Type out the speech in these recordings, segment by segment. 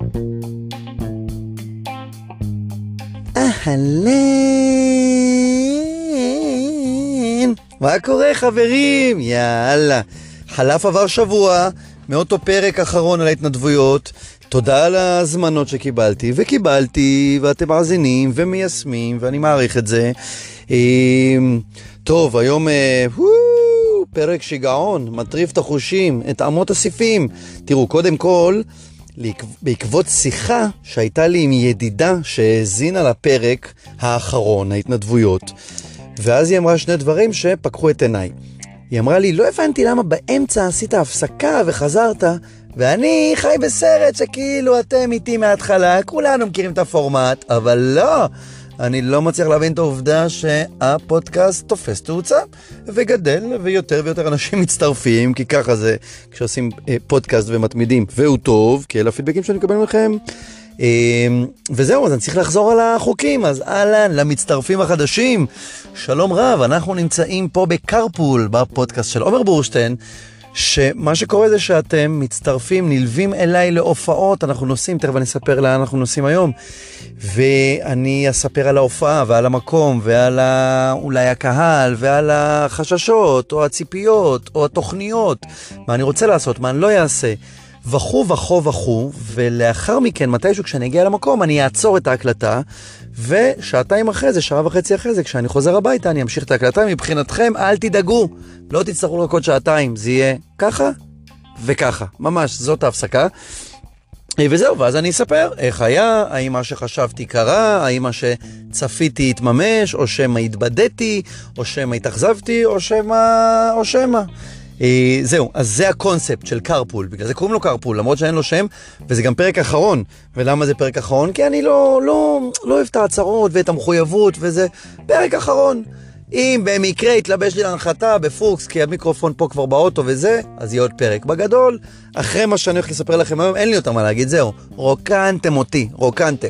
אהלן, מה קורה חברים? יאללה, חלף עבר שבוע מאותו פרק אחרון על ההתנדבויות. תודה על הזמנות שקיבלתי, ואתם מאזינים ומיישמים, ואני מעריך את זה. טוב, היום פרק שיגעון, מטריף את החושים, את אמות הסיפים. תראו, קודם כל, בעקבות שיחה שהייתה לי עם ידידה שהזינה לפרק האחרון, ההתנדבויות, ואז היא אמרה שני דברים שפקחו את עיניי. היא אמרה לי, לא הבנתי למה באמצע עשית הפסקה וחזרת, ואני חי בסרט שכאילו אתם איתי מההתחלה, כולנו מכירים את הפורמט, אבל לא, אני לא מצליח להבין את העובדה שהפודקאסט תופס תאוצה וגדל, ויותר ויותר אנשים מצטרפים, כי ככה זה כשעושים פודקאסט ומתמידים, והוא טוב, כי אלה הפידבקים שאני מקבל מכם. וזהו, אז אני צריך לחזור על החוקים. אז אהלן למצטרפים החדשים, שלום רב. אנחנו נמצאים פה בקרפול, בפודקאסט של עומר בורשטיין, שמה שקורה זה שאתם מצטרפים, נלווים אליי להופעות. אנחנו נוסעים, תכף אני אספר לאן אנחנו נוסעים היום, ואני אספר על ההופעה ועל המקום ועל אולי הקהל ועל החששות או הציפיות או התוכניות, מה אני רוצה לעשות, מה אני לא אעשה, וכו, ולאחר מכן, מתישהו כשאני אגיע למקום, אני אעצור את ההקלטה, ושעתיים אחרי זה, שעה וחצי אחרי זה, כשאני חוזר הביתה, אני אמשיך את ההקלטה. מבחינתכם, אל תדאגו, לא תצטרכו לחכות שעתיים, זה יהיה ככה וככה, ממש, זאת ההפסקה. וזהו, ואז אני אספר איך היה, האם מה שחשבתי קרה, האם מה שצפיתי התממש, או שמה התבדתי, או שמה התאכזבתי, או שמה. זהו, אז זה הקונספט של קרפול, בגלל זה קוראים לו קרפול, למרות שאין לו שם, וזה גם פרק אחרון. ולמה זה פרק אחרון? כי אני לא אוהב את ההצהרות ואת המחויבות, וזה פרק אחרון. אם במקרה התלבש לי להנחתה בפוקס, כי המיקרופון פה כבר באוטו וזה, אז יהיה עוד פרק. בגדול, אחרי מה שאני הולך לספר לכם היום, אין לי יותר מה להגיד, זהו. רוקנתם אותי, רוקנתם.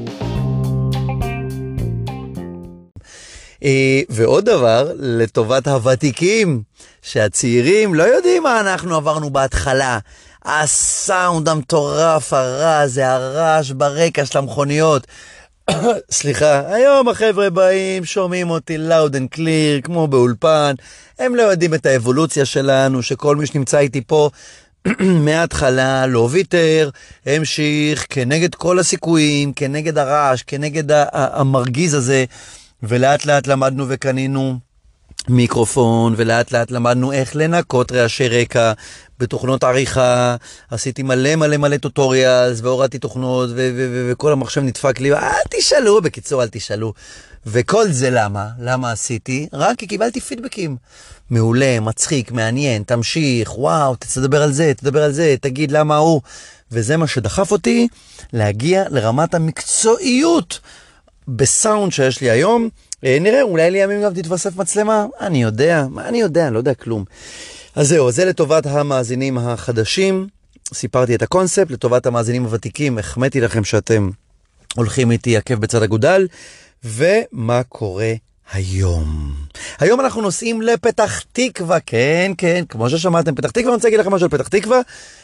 ועוד דבר, לטובת הוותיקים, שהצעירים לא יודעים מה אנחנו עברנו בהתחלה. הסאונד המטורף, זה הרעש ברקע של המכוניות. סליחה, היום החבר'ה באים, שומעים אותי loud and clear, כמו באולפן. הם לא יודעים את האבולוציה שלנו, שכל מי שנמצא איתי פה מההתחלה לא ויתר, המשיך כנגד כל הסיכויים, כנגד הרעש, כנגד המרגיז הזה, ולאט לאט למדנו וקנינו מיקרופון, ולאט לאט למדנו איך לנקות רעשי רקע בתוכנות עריכה. עשיתי מלא טוטוריאלס, והורדתי תוכנות, וכל המחשב נדפק לי. אל תשאלו, בקיצור, אל תשאלו. וכל זה למה עשיתי? רק כי קיבלתי פידבקים. מעולה, מצחיק, מעניין, תמשיך, וואו, תדבר על זה, תגיד למה הוא. וזה מה שדחף אותי להגיע לרמת המקצועיות בסאונד שיש לי היום. נראה, אולי לימים גם תתווסף מצלמה, אני יודע, לא יודע כלום. אז זהו, זה לטובת המאזינים החדשים, סיפרתי את הקונספט. לטובת המאזינים הוותיקים, החמאתי לכם שאתם הולכים איתי עקב בצד אגודל. ומה קורה היום? היום אנחנו נוסעים לפתח תקווה, כן, כמו ששמעתם, פתח תקווה. אני רוצה להגיד לכם משהו על פתח תקווה.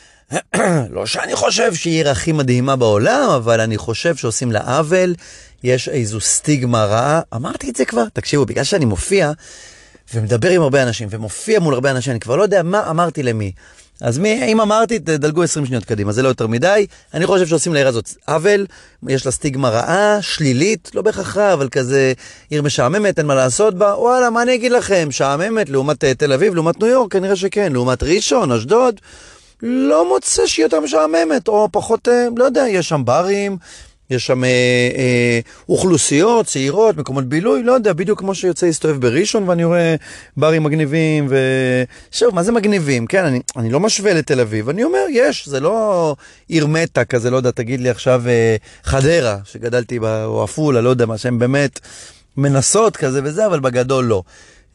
לא שאני חושב שהיא עיר הכי מדהימה בעולם, אבל אני חושב שעושים לה עוול. יש איזו סטיגמה רעה. אמרתי את זה כבר. תקשיבו, בגלל שאני מופיע ומדבר עם הרבה אנשים, ומופיע מול הרבה אנשים, אני כבר לא יודע מה אמרתי למי. אז אם אמרתי, תדלגו 20 שניות קדימה, זה לא יותר מדי. אני חושב שעושים לעיר הזאת עוול. יש לה סטיגמה רעה, שלילית, לא בהכרח רע, אבל כזה עיר משעממת, אין מה לעשות בה. וואלה, מה אני אגיד לכם? שעממת לעומת תל אביב, לעומת ניו יורק, כנראה שכן. לעומת ראשון, אשדוד, לא מוצא שהיא יותר משעממת, או פחות, לא יודע, יש שם ברים, יש שם אוכלוסיות, צעירות, מקומות בילוי, לא יודע, בדיוק כמו שיוצא להסתובב בראשון, ואני רואה ברים מגניבים, שוב, מה זה מגניבים? כן, אני לא משווה לתל אביב, אני אומר, יש, זה לא עיר מתה כזה, לא יודע, תגיד לי עכשיו חדרה, שגדלתי בה, או אפולה, לא יודע, מה שהם באמת מנסות כזה וזה, אבל בגדול לא.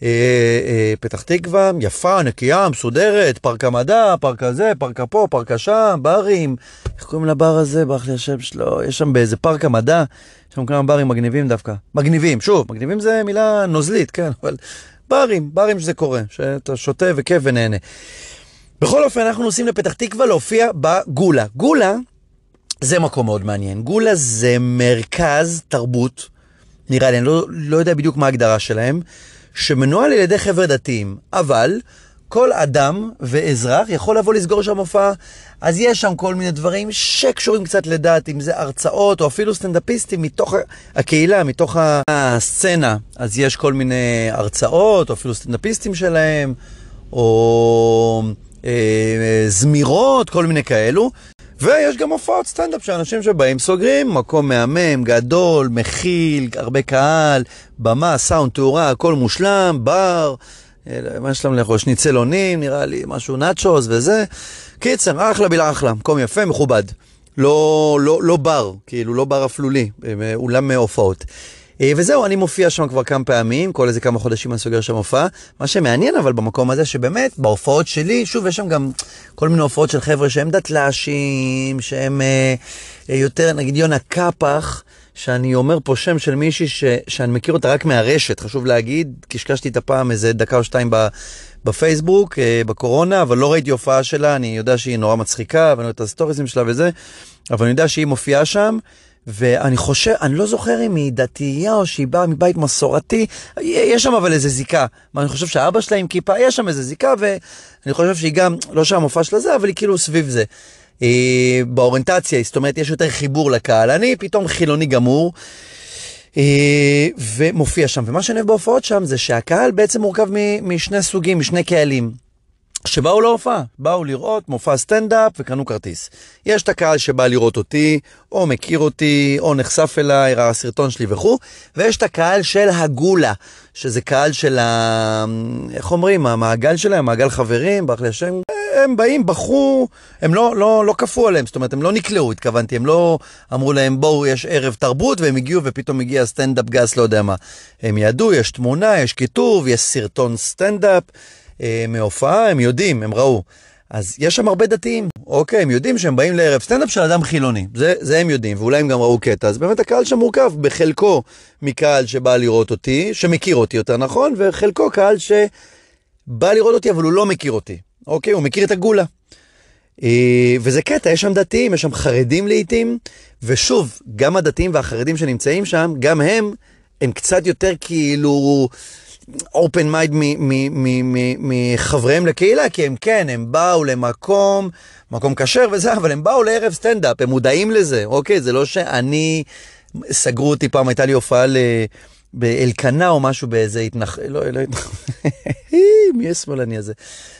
פתח תקווה, יפה, נקייה, מסודרת, פארק המדע, פארק הזה, פארק פה, פארק שם, ברים. איך קוראים לבר הזה? ברח לי השם שלו. יש שם באיזה פארק המדע, יש שם כמה ברים מגניבים דווקא. מגניבים, שוב, מגניבים זה מילה נוזלית, כן, אבל ברים שזה קורה, שאתה שותה וכיף ונהנה. בכל אופן, אנחנו נוסעים לפתח תקווה להופיע בגולה. גולה זה מקום מאוד מעניין. גולה זה מרכז תרבות, נראה לי, אני לא יודע בדיוק מה ההגדרה שלהם, שמנוהל על ידי חבר'ה דתיים, אבל כל אדם ואזרח יכול לבוא לסגור שם הופעה, אז יש שם כל מיני דברים שקשורים קצת לדת, אם זה הרצאות או אפילו סטנדאפיסטים מתוך הקהילה, מתוך הסצנה, אז יש כל מיני הרצאות או אפילו סטנדאפיסטים שלהם, או זמירות, כל מיני כאלו, ויש גם הופעות סטנדאפ שאנשים שבאים סוגרים, מקום מהמם, גדול, מכיל, הרבה קהל, במה, סאונד, תאורה, הכל מושלם, בר, מה יש להם לאכול? שניצל אונים, נראה לי, משהו נאצ'וס וזה. קיצר, אחלה בילה אחלה, מקום יפה, מכובד. לא בר, כאילו לא בר אפלולי, אולם הופעות. וזהו, אני מופיע שם כבר כמה פעמים, כל איזה כמה חודשים אני סוגר שם הופעה. מה שמעניין אבל במקום הזה, שבאמת בהופעות שלי, שוב, יש שם גם כל מיני הופעות של חבר'ה שהם דתל"שים, שהם יותר, נגיד יונה קפח, שאני אומר פה שם של מישהי שאני מכיר אותה רק מהרשת, חשוב להגיד, קשקשתי את הפעם איזה דקה או שתיים בפייסבוק, בקורונה, אבל לא ראיתי הופעה שלה, אני יודע שהיא נורא מצחיקה, ואני רואה את הסטוריזם שלה וזה, אבל אני יודע שהיא מופיעה שם, ואני חושב, אני לא זוכר אם היא דתייה או שהיא באה מבית מסורתי, יש שם אבל איזה זיקה, אני חושב שהאבא שלה עם כיפה, יש שם איזה זיקה, ואני חושב שהיא גם, לא שהמופע שלה זה, אבל היא כאילו סביב זה. באוריינטציה, זאת אומרת, יש יותר חיבור לקהל, אני פתאום חילוני גמור, ומופיע שם, ומה שאני אוהב בהופעות שם, זה שהקהל בעצם מורכב משני סוגים, משני קהלים, שבאו להופעה, באו לראות מופע סטנדאפ וקנו כרטיס. יש את הקהל שבא לראות אותי, או מכיר אותי, או נחשף אליי, ראה הסרטון שלי וכו', ויש את הקהל של הגולה, שזה קהל של איך אומרים, המעגל שלהם, מעגל חברים, ברח לי השם, הם באים, בחרו, הם לא כפו עליהם, זאת אומרת, הם לא נקלעו, התכוונתי, הם לא אמרו להם, בואו, יש ערב תרבות, והם הגיעו ופתאום הגיע סטנדאפ גס, לא יודע מה. הם ידעו, יש תמונה, יש כיתוב, יש סרטון סטנדאפ, מהופעה, הם יודעים, הם ראו. אז יש שם הרבה דתיים, אוקיי, הם יודעים שהם באים לערב סטנדאפ של אדם חילוני, זה הם יודעים, ואולי הם גם ראו קטע, אז באמת הקהל שם מורכב בחלקו מקהל שבא לראות אותי, שמכיר אותי יותר נכון, וחלקו קהל שבא לראות אותי, אבל הוא לא מכיר אותי, אוקיי, הוא מכיר את הגולה. וזה קטע, יש שם דתיים, יש שם חרדים לעתים, ושוב, גם הדתיים והחרדים שנמצאים שם, גם הם קצת יותר כאילו open mind מחבריהם לקהילה, כי הם באו למקום כשר וזה, אבל הם באו לערב סטנדאפ, הם מודעים לזה, אוקיי? זה לא שאני, סגרו אותי פעם, הייתה לי הופעה באלקנה או משהו באיזה לא, מי השמאלני הזה?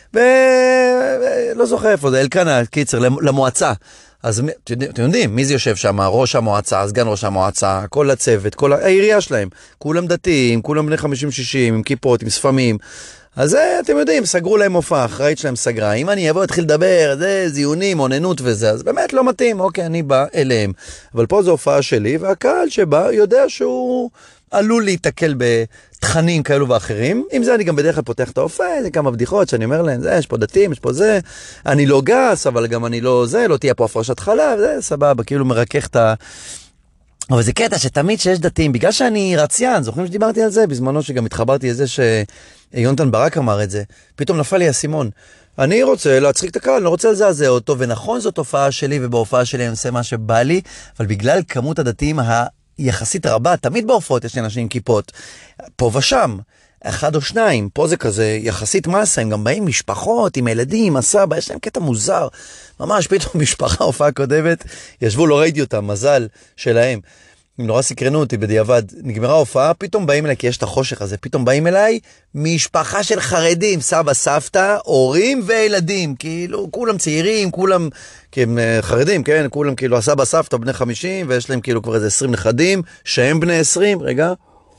לא זוכר איפה זה, אלקנה, קיצר, למועצה. אז אתם יודעים, מי זה יושב שם? ראש המועצה, סגן ראש המועצה, כל הצוות, כל העירייה שלהם, כולם דתיים, כולם בני 50-60, עם כיפות, עם ספמים. אז אתם יודעים, סגרו להם הופעה, אחראית שלהם סגרה. אם אני אבוא, התחיל לדבר, זה זיונים, עוננות וזה, אז באמת לא מתאים, אוקיי, אני בא אליהם. אבל פה זו הופעה שלי, והקהל שבא יודע שהוא עלול להתקל בתכנים כאלו ואחרים. עם זה אני גם בדרך כלל פותח את ההופעה, זה כמה בדיחות שאני אומר להם, יש פה דתיים, יש פה זה, אני לא גס, אבל גם אני לא זה, לא תהיה פה הפרשת חלב, זה סבבה, כאילו מרכך את אבל זה קטע שתמיד שיש דתיים, בגלל שאני רציין, זוכרים שדיברתי על זה? בזמנו שגם התחברתי לזה שיונתן ברק אמר את זה, פתאום נפל לי הסימון. אני רוצה להצחיק את הקהל, אני לא רוצה לזעזע אותו, ונכון זאת הופעה שלי, ובהופעה שלי אני עושה מה שבא לי, אבל בגלל כמות הדתיים יחסית רבה, תמיד בהופעות יש אנשים עם כיפות, פה ושם, אחד או שניים, פה זה כזה יחסית מסה, הם גם באים משפחות, עם ילדים, עם הסבא, יש להם קטע מוזר, ממש פתאום משפחה, הופעה קודמת, ישבו, לא ראיתי אותם, מזל שלהם, הם נורא סקרנו אותי בדיעבד, נגמרה ההופעה, פתאום באים אליי, כי יש את החושך הזה, פתאום באים אליי, משפחה של חרדים, סבא, סבתא, הורים וילדים, כאילו, כולם צעירים, כולם, כי הם חרדים, כן, כולם כאילו, הסבא, סבתא, בני 50, ויש להם כאילו כבר איזה 20 נכדים, שהם בני 20, רגע.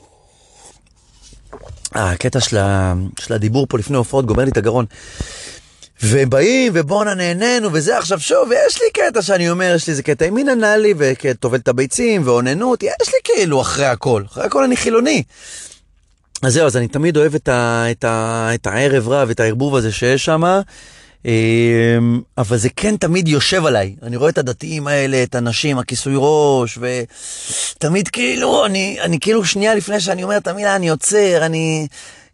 הקטע של הדיבור פה לפני הופעות גומר לי את הגרון. ובאים ובואנה נהננו וזה עכשיו שוב, ויש לי קטע שאני אומר, יש לי איזה קטע עם מין ענה לי וטובל את הביצים ועוננות, יש לי כאילו אחרי הכל אני חילוני. אז זהו, אז אני תמיד אוהב את הערב רב, את הערבוב הזה שיש שם, אבל זה כן תמיד יושב עליי. אני רואה את הדתיים האלה, את הנשים, הכיסוי ראש, ותמיד כאילו, אני כאילו שנייה לפני שאני אומר את המילה, אני עוצר,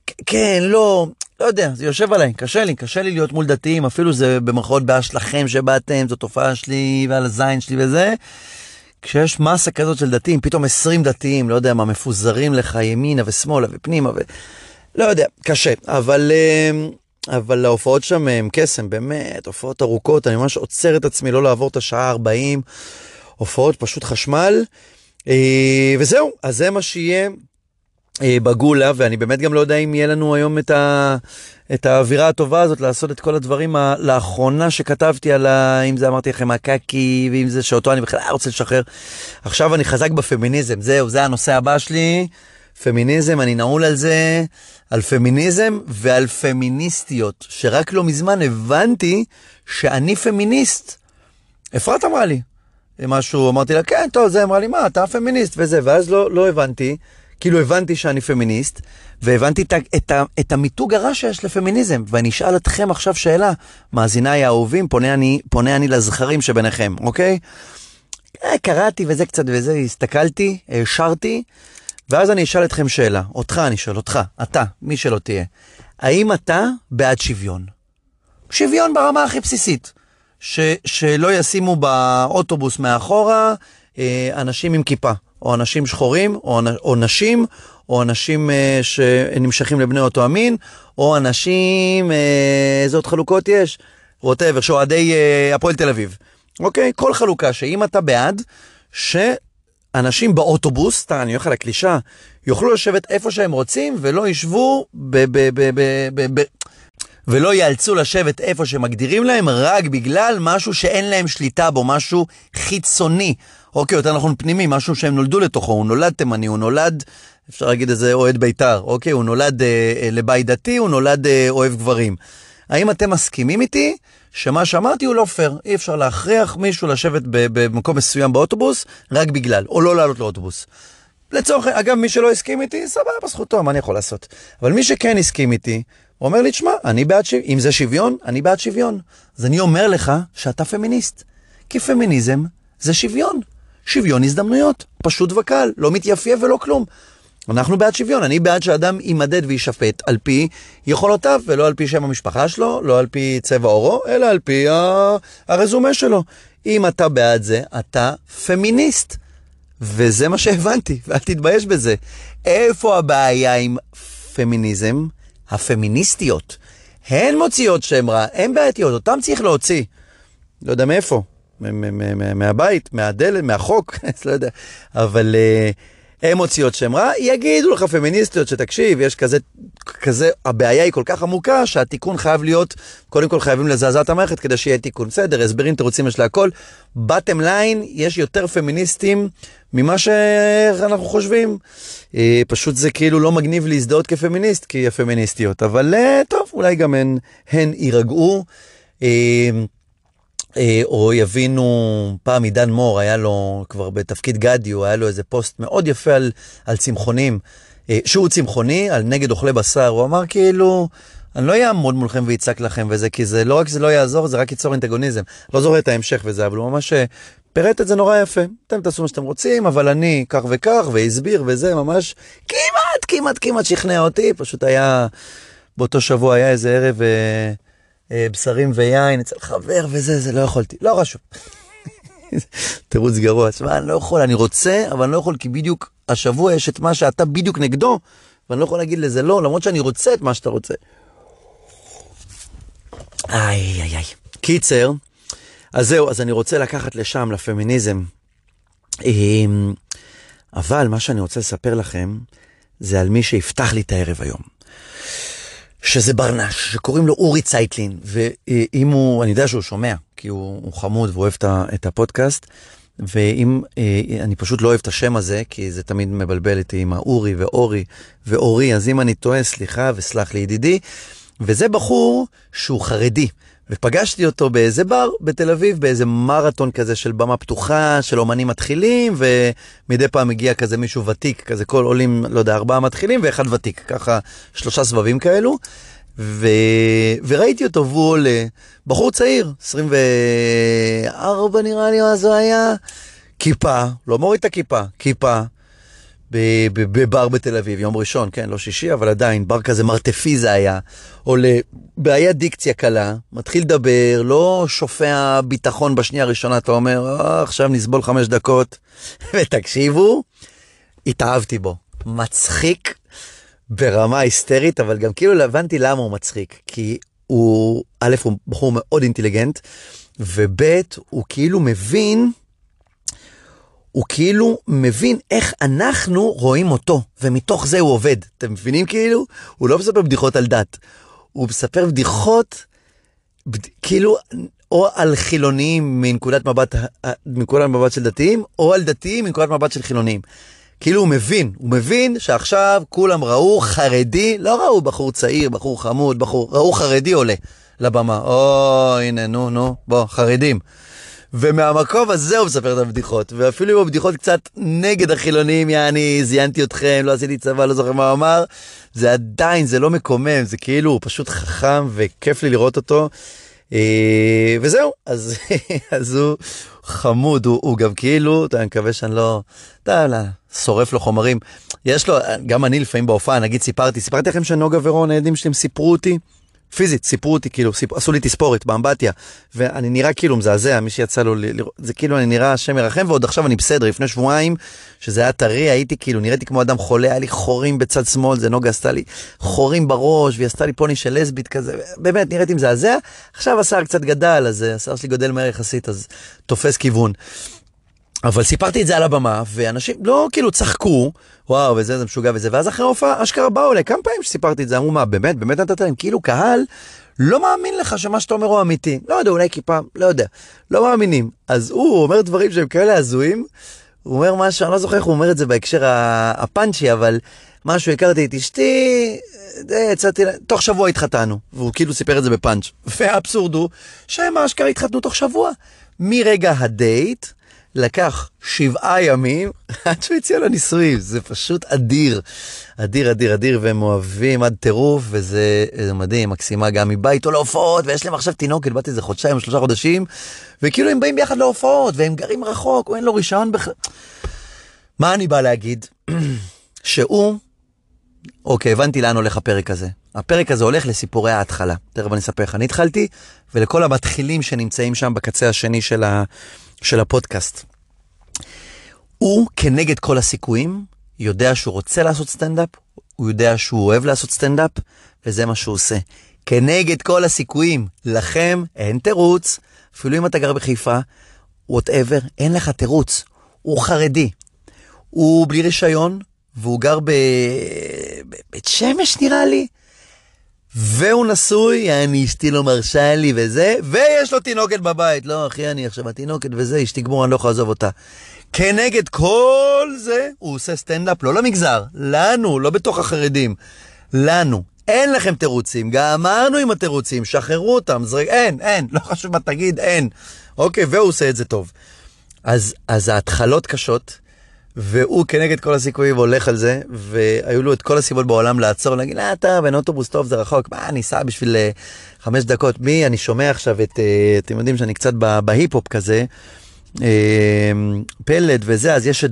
כן, לא יודע, זה יושב עליי, קשה לי להיות מול דתיים, אפילו זה במרכאות בעיה שלכם שבאתם, זו תופעה שלי ועל הזין שלי וזה. כשיש מסה כזאת של דתיים, פתאום 20 דתיים, לא יודע מה, מפוזרים לך ימינה ושמאלה ופנימה לא יודע, קשה, אבל ההופעות שם הם קסם, באמת, הופעות ארוכות, אני ממש עוצר את עצמי לא לעבור את השעה 40, הופעות פשוט חשמל, וזהו, אז זה מה שיהיה בגולה, ואני באמת גם לא יודע אם יהיה לנו היום את האווירה הטובה הזאת, לעשות את כל הדברים לאחרונה שכתבתי על אם זה אמרתי לכם הקקי, ואם זה שאותו אני בכלל רוצה לשחרר. עכשיו אני חזק בפמיניזם, זהו, זה הנושא הבא שלי, פמיניזם, אני נעול על זה, על פמיניזם ועל פמיניסטיות, שרק לא מזמן הבנתי שאני פמיניסט. אפרת אמרה לי משהו, אמרתי לה, כן, טוב, זה אמרה לי, מה, אתה פמיניסט וזה, ואז לא הבנתי, כאילו הבנתי שאני פמיניסט, והבנתי את המיתוג הרע שיש לפמיניזם, ואני אשאל אתכם עכשיו שאלה, מאזיניי האהובים, פונה אני לזכרים שביניכם, אוקיי? קראתי וזה קצת וזה, הסתכלתי, שרתי, ואז אני אשאל אתכם שאלה, אותך אני שואל, אותך, אתה, מי שלא תהיה, האם אתה בעד שוויון? שוויון ברמה הכי בסיסית, שלא ישימו באוטובוס מאחורה אנשים עם כיפה, או אנשים שחורים, או נשים, או אנשים שנמשכים לבני אותו המין, או אנשים, איזה עוד חלוקות יש? רוטבר, שאוהדי הפועל תל אביב. אוקיי? כל חלוקה שאם אתה בעד, שאנשים באוטובוס, אני אוכל לקלישה, יוכלו לשבת איפה שהם רוצים, ולא ישבו ולא יאלצו לשבת איפה שמגדירים להם, רק בגלל משהו שאין להם שליטה בו, משהו חיצוני. אוקיי, יותר נכון פנימי, משהו שהם נולדו לתוכו, הוא נולד תימני, הוא נולד, אפשר להגיד איזה אוהד ביתר, אוקיי, הוא נולד לבית דתי, הוא נולד אוהב גברים. האם אתם מסכימים איתי שמה שאמרתי הוא לא פייר? אי אפשר להכריח מישהו לשבת במקום מסוים באוטובוס, רק בגלל, או לא לעלות לאוטובוס. לצורך, אגב, מי שלא הסכים איתי, סבבה, זכותו, מה אני יכול לעשות? אבל מי שכן הסכים איתי, הוא אומר לי, תשמע, אני בעד שוויון, אם זה שוויון, אני בעד שוויון. אז אני אומר לך שאתה פמיניסט, כי פמיניזם זה שוויון. שוויון הזדמנויות, פשוט וקל, לא מתייפייף ולא כלום. אנחנו בעד שוויון, אני בעד שאדם יימדד וישפט על פי יכולותיו, ולא על פי שם המשפחה שלו, לא על פי צבע עורו, אלא על פי הרזומה שלו. אם אתה בעד זה, אתה פמיניסט. וזה מה שהבנתי, ואל תתבייש בזה. איפה הבעיה עם פמיניזם? הפמיניסטיות. הן מוציאות שם רע, הן בעייתיות, אותם צריך להוציא. לא יודע מאיפה. מהבית, מהדלת, מהחוק, לא יודע, אבל הם מוציאות שם רע, יגידו לך פמיניסטיות שתקשיב, יש כזה, הבעיה היא כל כך עמוקה, שהתיקון חייב להיות, קודם כל חייבים לזעזע את המערכת, כדי שיהיה תיקון. בסדר, הסברים, תירוצים, יש להכל. בטם ליין, יש יותר פמיניסטים ממה שאנחנו חושבים. פשוט זה כאילו לא מגניב להזדהות כפמיניסט, כי הפמיניסטיות, אבל טוב, אולי גם הן יירגעו. או יבינו, פעם עידן מור, היה לו כבר בתפקיד גדי, היה לו איזה פוסט מאוד יפה על צמחונים, שהוא צמחוני, על נגד אוכלי בשר, הוא אמר כאילו, אני לא אעמוד מולכם ויצק לכם וזה, כי זה לא רק זה לא יעזור, זה רק ייצור אנטגוניזם. לא זוכר את ההמשך וזה, אבל הוא ממש פירט את זה נורא יפה. אתם תעשו מה שאתם רוצים, אבל אני כך וכך, והסביר וזה ממש כמעט שכנע אותי, פשוט היה, באותו שבוע היה איזה ערב בשרים ויין אצל חבר וזה, זה לא יכולתי, לא רשום. תירוץ גרוע, אני לא יכול, אני רוצה, אבל אני לא יכול, כי בדיוק השבוע יש את מה שאתה בדיוק נגדו, ואני לא יכול להגיד לזה לא, למרות שאני רוצה את מה שאתה רוצה. איי. קיצר, אז זהו, אז אני רוצה לקחת לשם, לפמיניזם. אבל מה שאני רוצה לספר לכם, זה על מי שיפתח לי את הערב היום. שזה ברנש, שקוראים לו אורי צייטלין, ואם הוא, אני יודע שהוא שומע, כי הוא חמוד ואוהב את הפודקאסט, ואם, אני פשוט לא אוהב את השם הזה, כי זה תמיד מבלבל איתי עם האורי ואורי ואורי, אז אם אני טועה, סליחה וסלח לי ידידי, וזה בחור שהוא חרדי, ופגשתי אותו באיזה בר בתל אביב, באיזה מרתון כזה של במה פתוחה, של אומנים מתחילים, ומדי פעם הגיע כזה מישהו ותיק, כזה כל עולים, לא יודע, 4 מתחילים ואחד ותיק, ככה 3 סבבים כאלו, וראיתי אותו, והוא עולה, בחור צעיר, 24 נראה לי, אז הוא היה, כיפה, לא מוריד את הכיפה, כיפה, בבר בתל אביב, יום ראשון, כן, לא שישי, אבל עדיין, בר כזה מרתפי זה היה, או לבעיה דיקציה קלה, מתחיל לדבר, לא שופע ביטחון בשנייה הראשונה, אתה אומר, עכשיו נסבול 5 דקות, ותקשיבו, התאהבתי בו, מצחיק ברמה היסטרית, אבל גם כאילו הבנתי למה הוא מצחיק, כי הוא, א', הוא בחור מאוד אינטליגנט, וב', הוא כאילו מבין איך אנחנו רואים אותו, ומתוך זה הוא עובד. אתם מבינים כאילו? הוא לא מספר בדיחות על דת. הוא מספר בדיחות, כאילו, או על חילונים מנקודת מבט של דתיים, או על דתיים מנקודת מבט של חילונים. כאילו הוא מבין שעכשיו כולם ראו חרדי, לא ראו בחור צעיר, בחור חמוד, ראו חרדי עולה לבמה. הנה, נו, בוא, חרדים. ומהמקום הזה הוא מספר את הבדיחות, ואפילו אם הבדיחות קצת נגד החילונים, זיינתי אתכם, לא עשיתי צבא, לא זוכר מה הוא אמר, זה עדיין, זה לא מקומם, זה כאילו, הוא פשוט חכם וכיף לי לראות אותו, וזהו, אז הוא חמוד, הוא גם כאילו, אני מקווה שאני לא, שורף לו חומרים, יש לו, גם אני לפעמים בהופעה, נגיד סיפרתי לכם שנוגה ורון, העדים שלהם סיפרו אותי, פיזית, סיפרו אותי, כאילו, עשו לי תספורת באמבטיה, ואני נראה כאילו מזעזע, מי שיצא לו לראות, זה כאילו אני נראה השם ירחם, ועוד עכשיו אני בסדר, לפני שבועיים, שזה היה טרי, הייתי כאילו, נראיתי כמו אדם חולה, היה לי חורים בצד שמאל, זה נוגה עשתה לי חורים בראש, והיא עשתה לי פוני של לסבית כזה, באמת נראיתי מזעזע, עכשיו השיער קצת גדל, אז השיער שלי גודל מהר יחסית, אז תופס כיוון. אבל סיפרתי את זה על הבמה, ואנשים לא כאילו צחקו, וואו, וזה משוגע וזה, ואז אחרי ההופעה, אשכרה באו אליי, כמה פעמים שסיפרתי את זה, אמרו מה, באמת נתת להם, כאילו קהל לא מאמין לך שמה שאתה אומר הוא אמיתי, לא יודע, אולי כיפה, לא יודע, לא מאמינים, אז הוא אומר דברים שהם כאלה הזויים, הוא אומר משהו, אני לא זוכר איך הוא אומר את זה בהקשר הפאנצ'י, אבל משהו, הכרתי את אשתי, תוך שבוע התחתנו, והוא כאילו סיפר את זה בפאנץ', והאבסורד הוא שהם אשכרה התחתנו תוך שבוע, מרגע הדייט, לקח 7 ימים עד שהוא הציע לו נישואים, זה פשוט אדיר, והם אוהבים עד טירוף, וזה מדהים, מקסימה גם מבית או להופעות, ויש להם עכשיו תינוקת, באתי איזה 2 או 3 חודשים, וכאילו הם באים ביחד להופעות, והם גרים רחוק, או אין לו רישיון בכלל. מה אני בא להגיד? אוקיי, הבנתי לאן הולך הפרק הזה. הפרק הזה הולך לסיפורי ההתחלה. תכף אני אספר איך אני התחלתי, ולכל המתחילים שנמצאים שם בקצה השני של הפודקאסט. הוא כנגד כל הסיכויים, יודע שהוא רוצה לעשות סטנדאפ, הוא יודע שהוא אוהב לעשות סטנדאפ, וזה מה שהוא עושה. כנגד כל הסיכויים, לכם אין תירוץ, אפילו אם אתה גר בחיפה, whatever, אין לך תירוץ. הוא חרדי, הוא בלי רישיון, והוא גר בבית שמש נראה לי, והוא נשוי, אני אשתי לא מרשה לי וזה, ויש לו תינוקת בבית, לא אחי אני עכשיו התינוקת וזה, אשתי גמור אני לא יכול לעזוב אותה. כנגד כל זה, הוא עושה סטנדאפ, לא למגזר, לנו, לא בתוך החרדים, לנו, אין לכם תירוצים, גמרנו עם התירוצים, שחררו אותם, אין, לא חשוב מה תגיד, אין. אוקיי, והוא עושה את זה טוב. אז ההתחלות קשות, והוא כנגד כל הסיכויים הולך על זה, והיו לו את כל הסיבות בעולם לעצור, להגיד, אתה בין אוטובוס טוב זה רחוק, מה, אני אסע בשביל 5 דקות, אני שומע עכשיו אתם יודעים שאני קצת בהיפ-הופ כזה, פלד וזה, אז יש את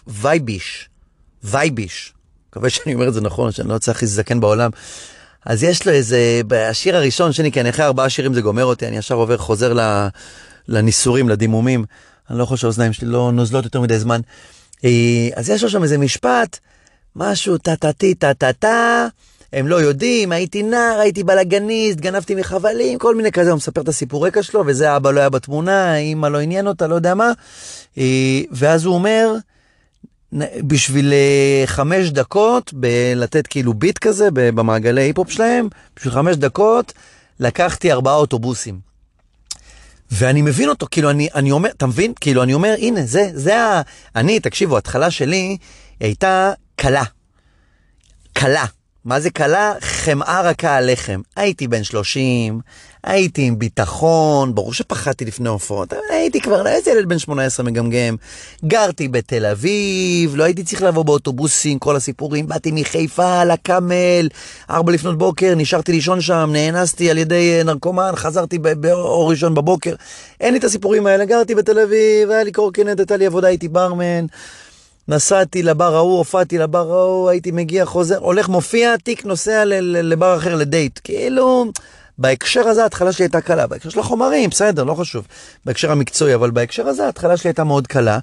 וייביש, מקווה שאני אומר את זה נכון, שאני לא צריך הכי זקן בעולם, אז יש לו איזה, בשיר הראשון שני, כי אני אחרי 4 שירים זה גומר אותי, אני ישר חוזר לניסורים, לדימומים, אני לא חושב שהאוזניים שלי לא נוזלות יותר מדי זמן, אז יש לו שם איזה משפט, משהו טה, הם לא יודעים, הייתי נער, הייתי בלגניסט, גנבתי מחבלים, כל מיני כזה, הוא מספר את הסיפור רקע שלו, וזה האבא לא היה בתמונה, אמא לא עניין אותה, לא יודע מה, ואז הוא אומר, בשביל 5 דקות, לתת כאילו ביט כזה, במעגלי היפ-הופ שלהם, בשביל 5 דקות, לקחתי 4 אוטובוסים. ואני מבין אותו, כאילו אני אומר, אתה מבין? כאילו אני אומר, הנה, תקשיבו, ההתחלה שלי הייתה קלה. מה זה קלה? חמאה רכה על לחם. הייתי בן 30, הייתי עם ביטחון, ברור שפחדתי לפני הופעות, הייתי כבר, לא הייתי ילד בן 18 מגמגם, גרתי בתל אביב, לא הייתי צריך לבוא באוטובוסים, כל הסיפורים, באתי מחיפה לקמל, 4 לפנות בוקר, נשארתי לישון שם, נאנסתי על ידי נרקומן, חזרתי באור ראשון בבוקר, אין לי את הסיפורים האלה, גרתי בתל אביב, היה לי קורקינט, הייתה לי עבודה, הייתי ברמן, נסעתי לבר ההוא, הופעתי לבר ההוא, הייתי מגיע, חוזר, הולך, מופיע, תיק, נוסע לבר אחר, לדייט. כאילו, בהקשר הזה ההתחלה שלי הייתה קלה. בהקשר של החומרים, בסדר, לא חשוב. בהקשר המקצועי, אבל בהקשר הזה ההתחלה שלי הייתה מאוד קלה.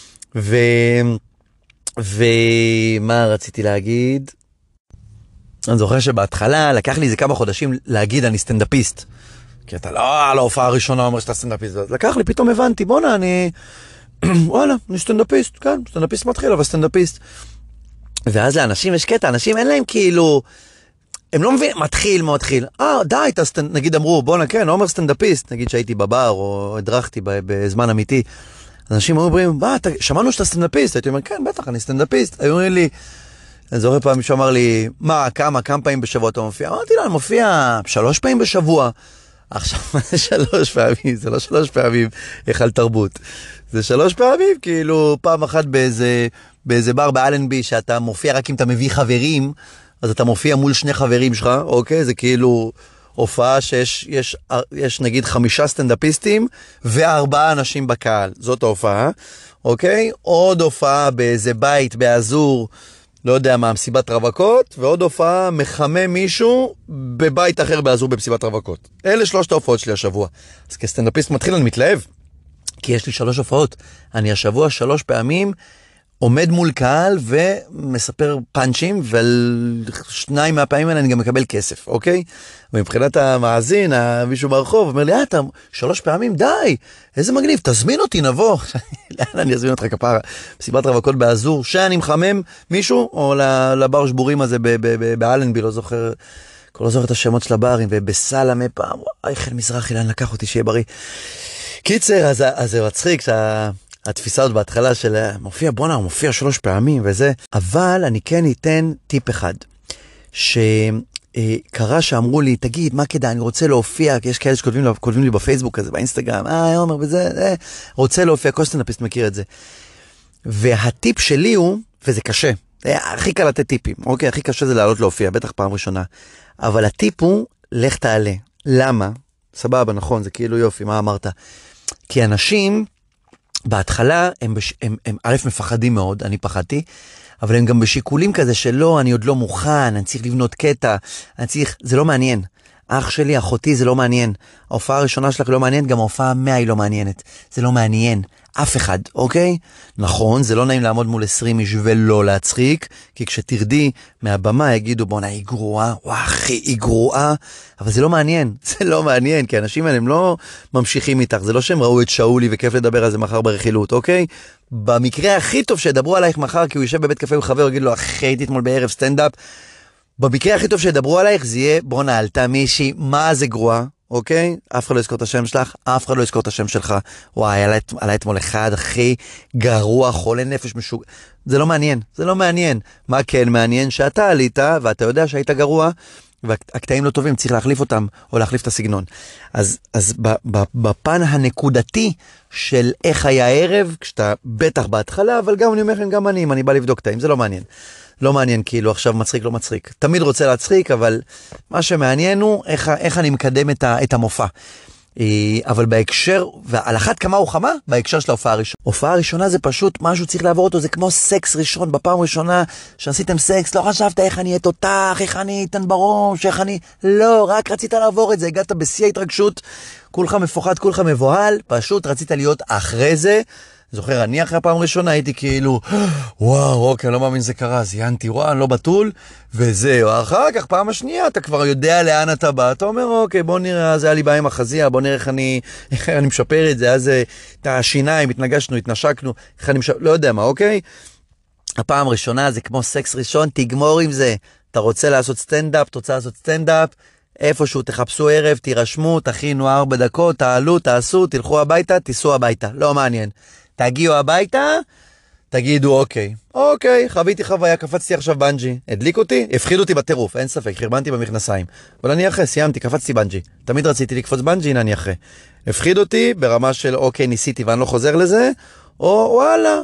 ומה רציתי להגיד? אני זוכר שבהתחלה לקח לי איזה כמה חודשים להגיד אני סטנדאפיסט. כי אתה לא על ההופעה הראשונה אומר שאתה סטנדאפיסט. לקח לי, פתאום הבנתי, בונה, וואלה, אני סטנדאפיסט, כן, סטנדאפיסט מתחיל, אבל סטנדאפיסט. ואז לאנשים יש קטע, אנשים אין להם כאילו, הם לא מבינים, מתחיל, די, נגיד אמרו, בונה, כן, לא אומר סטנדאפיסט, נגיד שהייתי בבר או הדרכתי בזמן אמיתי. אנשים אומרים, שמענו שאתה סטנדאפיסט, הייתי אומר, כן, בטח, אני סטנדאפיסט. היו אומרים לי, אני זוכר פעם מישהו אמר לי, כמה פעמים בשבוע אתה מופיע? אמרתי לו, אני מופיע 3 פעמים בשבוע. עכשיו, מה זה 3 פעמים? זה לא 3 פעמים היכל תרבות. זה 3 פעמים, כאילו, פעם אחת באיזה בר באלנבי, שאתה מופיע רק אם אתה מביא חברים, אז אתה מופיע מול 2 חברים שלך, אוקיי? זה כאילו הופעה שיש נגיד 5 סטנדאפיסטים, ו4 אנשים בקהל. זאת ההופעה, אוקיי? עוד הופעה באיזה בית, באזור, לא יודע מה, מסיבת רווקות, ועוד הופעה מחמם מישהו בבית אחר באזור במסיבת רווקות. אלה 3 ההופעות שלי השבוע. אז כסטנדאפיסט מתחיל, אני מתלהב, כי יש לי 3 הופעות. אני השבוע 3 פעמים עומד מול קהל ומספר פאנצ'ים, ועל 2 מהפעמים האלה אני גם מקבל כסף, אוקיי? ומבחינת המאזין, מישהו ברחוב אומר לי, אתה 3 פעמים, די, איזה מגניב, תזמין אותי, נבוא. לאן אני אזמין אותך כפרה? מסיבת רווקות באזור, שאני מחמם מישהו, או לבר שבורים הזה באלנבי, לא זוכר את השמות של הברים, ובסלמה פעם, וואי, חן מזרחי, לאן לקח אותי, שיהיה בריא. קיצר, אז זה מצחיק, התפיסה עוד בהתחלה של מופיע, בונה, הוא מופיע 3 פעמים וזה, אבל אני כן אתן טיפ אחד, שקרה שאמרו לי, תגיד, מה כדאי, אני רוצה להופיע, כי יש כאלה שכותבים לי בפייסבוק הזה, באינסטגרם, עומר וזה, רוצה להופיע, כל סטנדאפיסט מכיר את זה. והטיפ שלי הוא, וזה קשה, הכי קל לתת טיפים, אוקיי, הכי קשה זה לעלות להופיע, בטח פעם ראשונה, אבל הטיפ הוא, לך תעלה. למה? סבבה, נכון, זה כאילו יופי, מה אמרת? כי אנשים בהתחלה הם א' מפחדים מאוד, אני פחדתי, אבל הם גם בשיקולים כזה שלא, אני עוד לא מוכן, אני צריך לבנות קטע, זה לא מעניין. אח שלי, אחותי, זה לא מעניין. ההופעה הראשונה שלך לא מעניינת, גם ההופעה 100 היא לא מעניינת. זה לא מעניין. אף אחד, אוקיי? נכון, זה לא נעים לעמוד מול 20 איש ולא להצחיק, כי כשתרדי מהבמה יגידו, בונה, היא גרועה, אחי, היא גרועה, אבל זה לא מעניין, זה לא מעניין, כי האנשים האלה הם לא ממשיכים איתך, זה לא שהם ראו את שאולי וכיף לדבר על זה מחר ברכילות, אוקיי? במקרה הכי טוב שידברו עלייך מחר, כי הוא יושב בבית קפה עם חבר, ויגיד לו, אחי, הייתי אתמול בערב סטנדאפ, במקרה הכי טוב שידברו עלייך, זה יהיה, בונה, עלתה מישהי, מה זה גרועה? אוקיי? אף אחד לא יזכור את השם שלך, אף אחד לא יזכור את השם שלך. וואי, עלה אתמול אחד, הכי גרוע, חולה נפש משוגע. זה לא מעניין, זה לא מעניין. מה כן מעניין? שאתה עלית, ואתה יודע שהיית גרוע, והקטעים לא טובים, צריך להחליף אותם, או להחליף את הסגנון. אז בפן הנקודתי של איך היה הערב, כשאתה בטח בהתחלה, אבל גם אני אומר לכם, גם אני בא לבדוק קטעים, זה לא מעניין. לא מעניין, כאילו עכשיו מצחיק, לא מצחיק. תמיד רוצה להצחיק, אבל מה שמעניין הוא איך אני מקדם את המופע. אבל בהקשר, ועל אחת כמה הוא חמה, בהקשר של ההופעה הראשונה. הופעה הראשונה זה פשוט משהו צריך לעבור אותו, זה כמו סקס ראשון, בפעם ראשונה שעשיתם סקס, לא חשבת איך אני אהיה תותח, איך אני אתן בראש, איך אני... לא, רק רצית לעבור את זה, הגעת בשיא ההתרגשות, כולך מפוחד, כולך מבוהל, פשוט רצית להיות אחרי זה. זוכר, אני אחרי הפעם הראשונה הייתי כאילו, וואו, אוקיי, לא מאמין זה קרה, זיינתי, וואו, אני לא בטול, וזהו, אחר כך, פעם השנייה, אתה כבר יודע לאן אתה בא, אתה אומר, אוקיי, בוא נראה, זה היה לי בעיה עם החזייה, בוא נראה איך אני משפר את זה, אז את השיניים, התנגשנו, התנשקנו, איך אני משפר, לא יודע מה, אוקיי? הפעם הראשונה זה כמו סקס ראשון, תגמור עם זה, אתה רוצה לעשות סטנדאפ, איפשהו תחפשו ערב, תירשמו, תכינו 4 דקות, תעלו, תעשו, תלכו הביתה, תיסעו הביתה, לא מעניין. תגיעו הביתה, תגידו אוקיי, חוויתי חוויה, קפצתי עכשיו בנג'י, הדליק אותי, הפחיד אותי בטירוף, אין ספק, חרבנתי במכנסיים. אבל אני אחרי, סיימתי, קפצתי בנג'י. תמיד רציתי לקפוץ בנג'י, הנה אני אחרי. הפחיד אותי ברמה של ניסיתי ואני לא חוזר לזה, או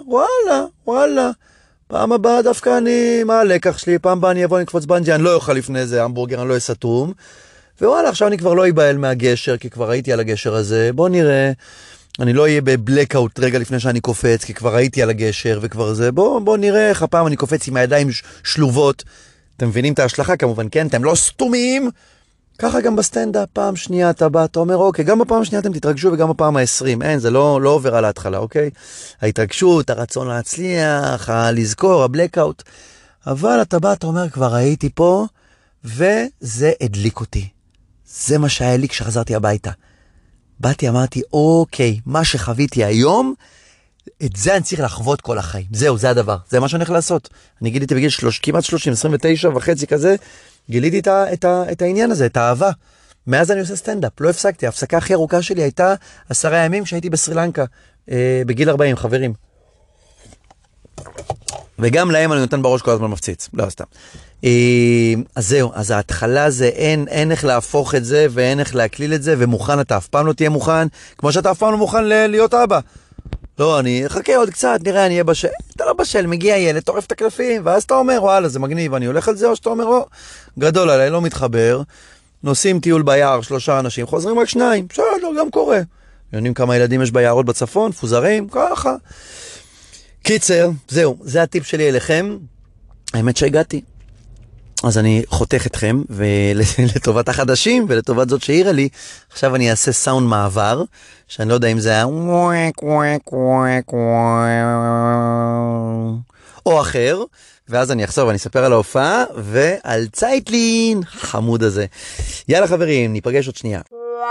וואלה. פעם הבאה דווקא מה הלקח שלי, פעם הבאה אני אבוא לקפוץ בנג'י, אני לא אוכל לפני זה, המבורגר, אני לא אסתום. ווואלה, עכשיו אני כבר לא אבעל מהגשר, כי כבר הייתי על הגשר הזה, בוא נראה. אני לא אהיה בבלקאוט רגע לפני שאני קופץ, כי כבר הייתי על הגשר וכבר זה. בוא נראה איך הפעם אני קופץ עם הידיים שלובות. אתם מבינים את ההשלכה כמובן, כן? אתם לא סתומים. ככה גם בסטנדאפ, פעם שנייה אתה בא, אתה אומר, אוקיי, גם בפעם השנייה אתם תתרגשו וגם בפעם ה-20. אין, זה לא עובר על ההתחלה, אוקיי? ההתרגשות, הרצון להצליח, לזכור, הבלקאוט. אבל אתה בא, אתה אומר, כבר הייתי פה, וזה הדליק אותי. זה מה שהיה לי כשחזרתי הביתה. באתי, אמרתי, אוקיי, מה שחוויתי היום, את זה אני צריך לחוות כל החיים. זהו, זה הדבר. זה מה שאני הולך לעשות. אני גיליתי בגיל כמעט 30, 29 וחצי כזה, גיליתי את העניין הזה, את האהבה. מאז אני עושה סטנדאפ, לא הפסקתי. ההפסקה הכי ארוכה שלי הייתה 10 ימים שהייתי בסרילנקה, בגיל 40, חברים. וגם להם אני נותן בראש כל הזמן מפציץ, לא סתם. אז זהו, אז ההתחלה זה אין איך להפוך את זה, ואין איך להקליל את זה, ומוכן אתה אף פעם לא תהיה מוכן, כמו שאתה אף פעם לא מוכן להיות אבא. לא, אני חכה עוד קצת, נראה, אני אהיה בשל. אתה לא בשל, מגיע ילד, טורף את הקלפים, ואז אתה אומר, וואלה, זה מגניב, אני הולך על זה, או שאתה אומר, גדול עליי, לא מתחבר, נוסעים טיול ביער, 3 אנשים, חוזרים רק 2, בסדר, גם קורה. יודעים כמה ילדים יש ביערות בצפון, פוזרים, ככה. קיצר, זהו, זה הטיפ שלי אליכם. האמת שהגעתי. אז אני חותך אתכם, ולטובת החדשים, ולטובת זאת שהעירה לי, עכשיו אני אעשה סאונד מעבר, שאני לא יודע אם זה היה או אחר, ואז אני אחזור ואני אספר על ההופעה, ועל צייטלין, חמוד הזה. יאללה חברים, ניפגש עוד שנייה.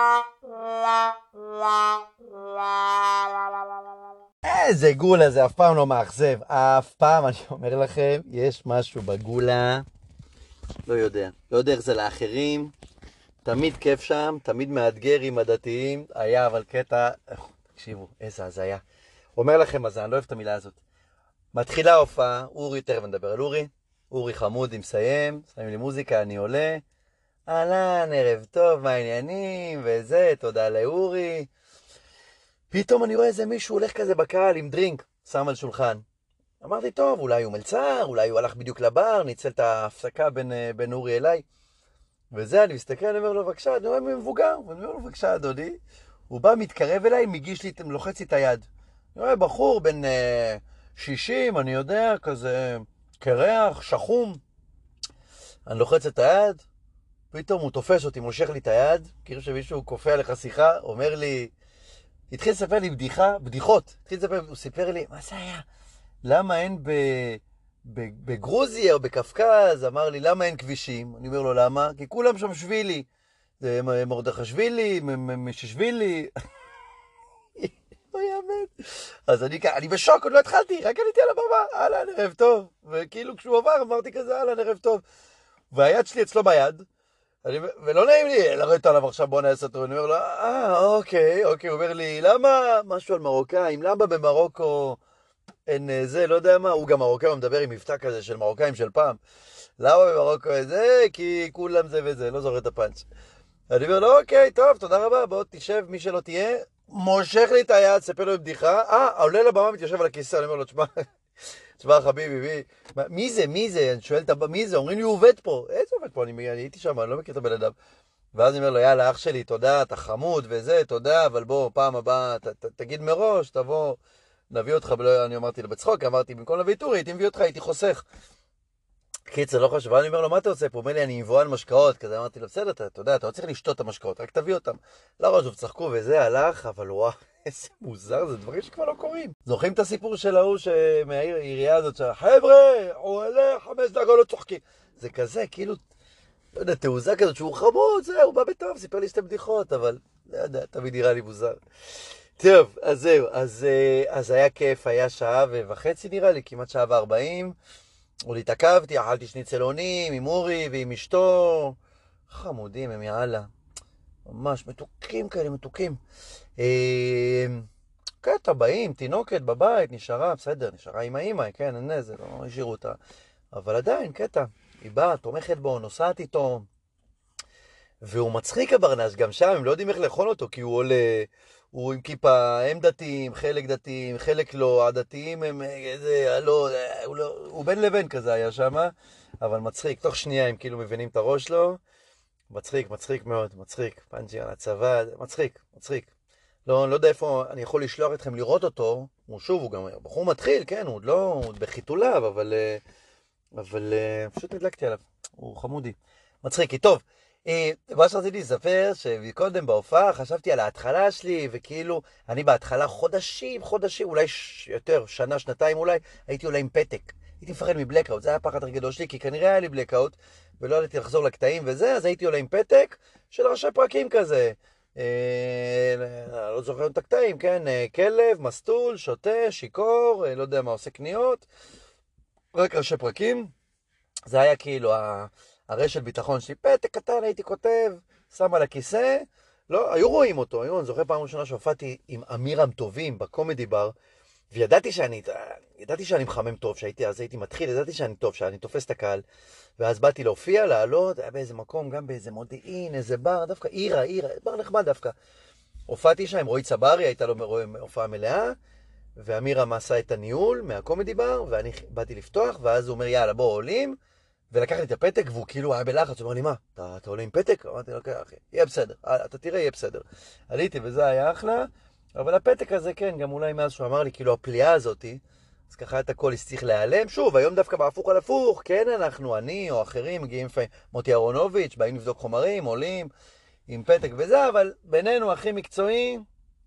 איזה גולה, זה אף פעם לא מאכזב. אף פעם, אני אומר לכם, יש משהו בגולה. לא יודע איך זה לאחרים. תמיד כיף שם, תמיד מאתגר עם הדתיים. היה אבל קטע, תקשיבו, איזה הזיה. אומר לכם אז אני לא אוהב את המילה הזאת. מתחילה הופעה, אורי, תכף נדבר על אורי. אורי חמוד, אם מסיים, שמים לי מוזיקה, אני עולה. אהלן, ערב טוב, מה העניינים, וזה, תודה לאורי. פתאום אני רואה איזה מישהו הולך כזה בקהל עם דרינק, שם על שולחן. אמרתי, טוב, אולי הוא מלצר, אולי הוא הלך בדיוק לבר, ניצל את ההפסקה בין אורי אליי. וזה, אני מסתכל, אני אומר לו, בבקשה, אני רואה מבוגר, ואני אומר לו, בבקשה, אדוני. הוא בא, מתקרב אליי, מגיש לי, לוחץ לי את היד. אני רואה בחור בין 60, אני יודע, כזה קרח, שחום. אני לוחץ את היד, פתאום הוא תופס אותי, מושך לי את היד, כאילו שמישהו קופא עליך שיחה, אומר לי, התחיל לספר לי בדיחות. הוא סיפר לי, מה זה היה? למה אין בגרוזיה או בקפקז? אמר לי, למה אין כבישים? אני אומר לו, למה? כי כולם שם שבילי. זה מרדכשווילי, מששווילי. לא יאמן. אז אני בשוק, עוד לא התחלתי, רק עליתי על הבמה, אהלן, ערב טוב. וכאילו כשהוא עבר, אמרתי כזה, אהלן, ערב טוב. והיד שלי אצלו ביד, ולא נעים לי, לראות עליו עכשיו בוא נעשה אותו, אני אומר לו, אוקיי, הוא אומר לי, למה, משהו על מרוקאים, למה במרוקו אין זה, לא יודע מה, הוא גם מרוקאי, הוא מדבר עם מבטא כזה של מרוקאים של פעם, למה במרוקו זה, כי כולם זה וזה, לא זוכר את הפאנץ'. אני אומר לו, אוקיי, טוב, תודה רבה, בוא תשב, מי שלא תהיה, מושך לי את היד, ספר לו בדיחה, עולה לבמה, מתיישב על הכיסא, אני אומר לו, תשמע חביבי, מי זה? אני שואל, מי זה? אומרים לי, הוא עובד פה. איזה עובד פה? אני הייתי שם, אני לא מכיר את הבן אדם. ואז אני אומר לו, יאללה, אח שלי, תודה, אתה חמוד וזה, תודה, אבל בוא, פעם הבאה, תגיד מראש, תבוא, נביא אותך, אני אמרתי לו בצחוק, אמרתי, במקום להביא טורי, הייתי מביא אותך, הייתי חוסך. קיצר, לא חשוב, אני אומר לו, מה אתה עושה פה? הוא אומר לי, אני מבואן משקאות, כזה אמרתי לו, בסדר, אתה יודע, אתה לא צריך לשתות את המשקאות, רק תביא אותם. לא חשוב, צחקו וזה הלך, אבל וואו, איזה מוזר, זה דברים שכבר לא קורים. זוכרים את הסיפור של ההוא מהעירייה הזאת, חבר'ה, הוא עלה 5 דקות לא צוחקים. זה כזה, כאילו, לא יודע, תעוזה כזאת שהוא חמוד, זה, הוא בא בטוב, סיפר לי שתי בדיחות, אבל, לא יודע, תמיד נראה לי מוזר. טוב, אז זהו, אז היה כיף, היה 1.5 שעה נראה לי, כמעט 1:40. עוד התעכבתי, אכלתי שניצלונים עם אורי ועם אשתו. חמודים, הם יאללה. ממש מתוקים כאלה, מתוקים. קטע, באים, תינוקת בבית, נשארה, בסדר, נשארה עם האמא, כן, אין איזה, לא השאירו אותה. אבל עדיין, קטע, היא באה, תומכת בו, נוסעת איתו. והוא מצחיק הברנש, גם שם הם לא יודעים איך לאכול אותו, כי הוא עולה, הוא עם כיפה, הם דתיים, חלק לא, הדתיים הם, לא, הוא בין לבין כזה היה שם, אבל מצחיק, תוך שנייה הם כאילו מבינים את הראש שלו, מצחיק מאוד, מצחיק, פאנג'י על הצבא, מצחיק, לא יודע איפה אני יכול לשלוח אתכם לראות אותו. הוא גם בחור מתחיל, כן, הוא עוד בחיתוליו, אבל פשוט נדלקתי עליו. הוא חמודי. מצחיקי. טוב, מה שרציתי לספר, שקודם בהופעה חשבתי על ההתחלה שלי, וכאילו, אני בהתחלה חודשים, אולי יותר, שנה, שנתיים אולי, הייתי אולי עם פתק. הייתי מפחד מבלקאוט, זה היה הפחד הכי גדול שלי, כי כנראה היה לי בלקאוט, ולא ידעתי לחזור לקטעים וזה, אז הייתי אולי עם פתק של ראשי פרקים כזה. לא זוכר את הקטעים, כן? כלב, מסטול, שוטה, שיקור, לא יודע מה, עושה קניות, רק ראשי פרקים. זה היה כאילו הרשת ביטחון שלי, פתק קטן הייתי כותב, שם על הכיסא, לא, היו רואים אותו, אני זוכר פעם ראשונה שהופעתי עם אמירם טובים בקומדי בר, וידעתי שאני מחמם טוב, אז הייתי מתחיל, ידעתי שאני טוב, שאני תופס את הקהל, ואז באתי להופיע, לעלות, היה באיזה מקום, גם באיזה מודיעין, איזה בר, דווקא עירה, בר נחמד דווקא. הופעתי שם עם רועי צברי, הייתה לו הופעה מלאה, ואמירם עשה את הניהול מהקומדי בר, ואני באתי לפתוח, ואז הוא אומר, יאללה, בוא עולים, ולקח לי את הפתק, והוא כאילו היה בלחץ, הוא אומר לי, מה, אתה עולה עם פתק? אמרתי לו, אחי, יהיה בסדר, אתה תראה, יהיה בסדר. עליתי וזה היה אחלה, אבל הפתק הזה, כן, גם אולי מאז שהוא אמר לי, כאילו הפליאה הזאת, אז ככה את הכל צריך להיעלם. שוב, היום דווקא בהפוך על הפוך, כן, אני או אחרים מגיעים לפעמים, מוטי אהרונוביץ', באים לבדוק חומרים, עולים עם פתק וזה, אבל בינינו הכי מקצועי,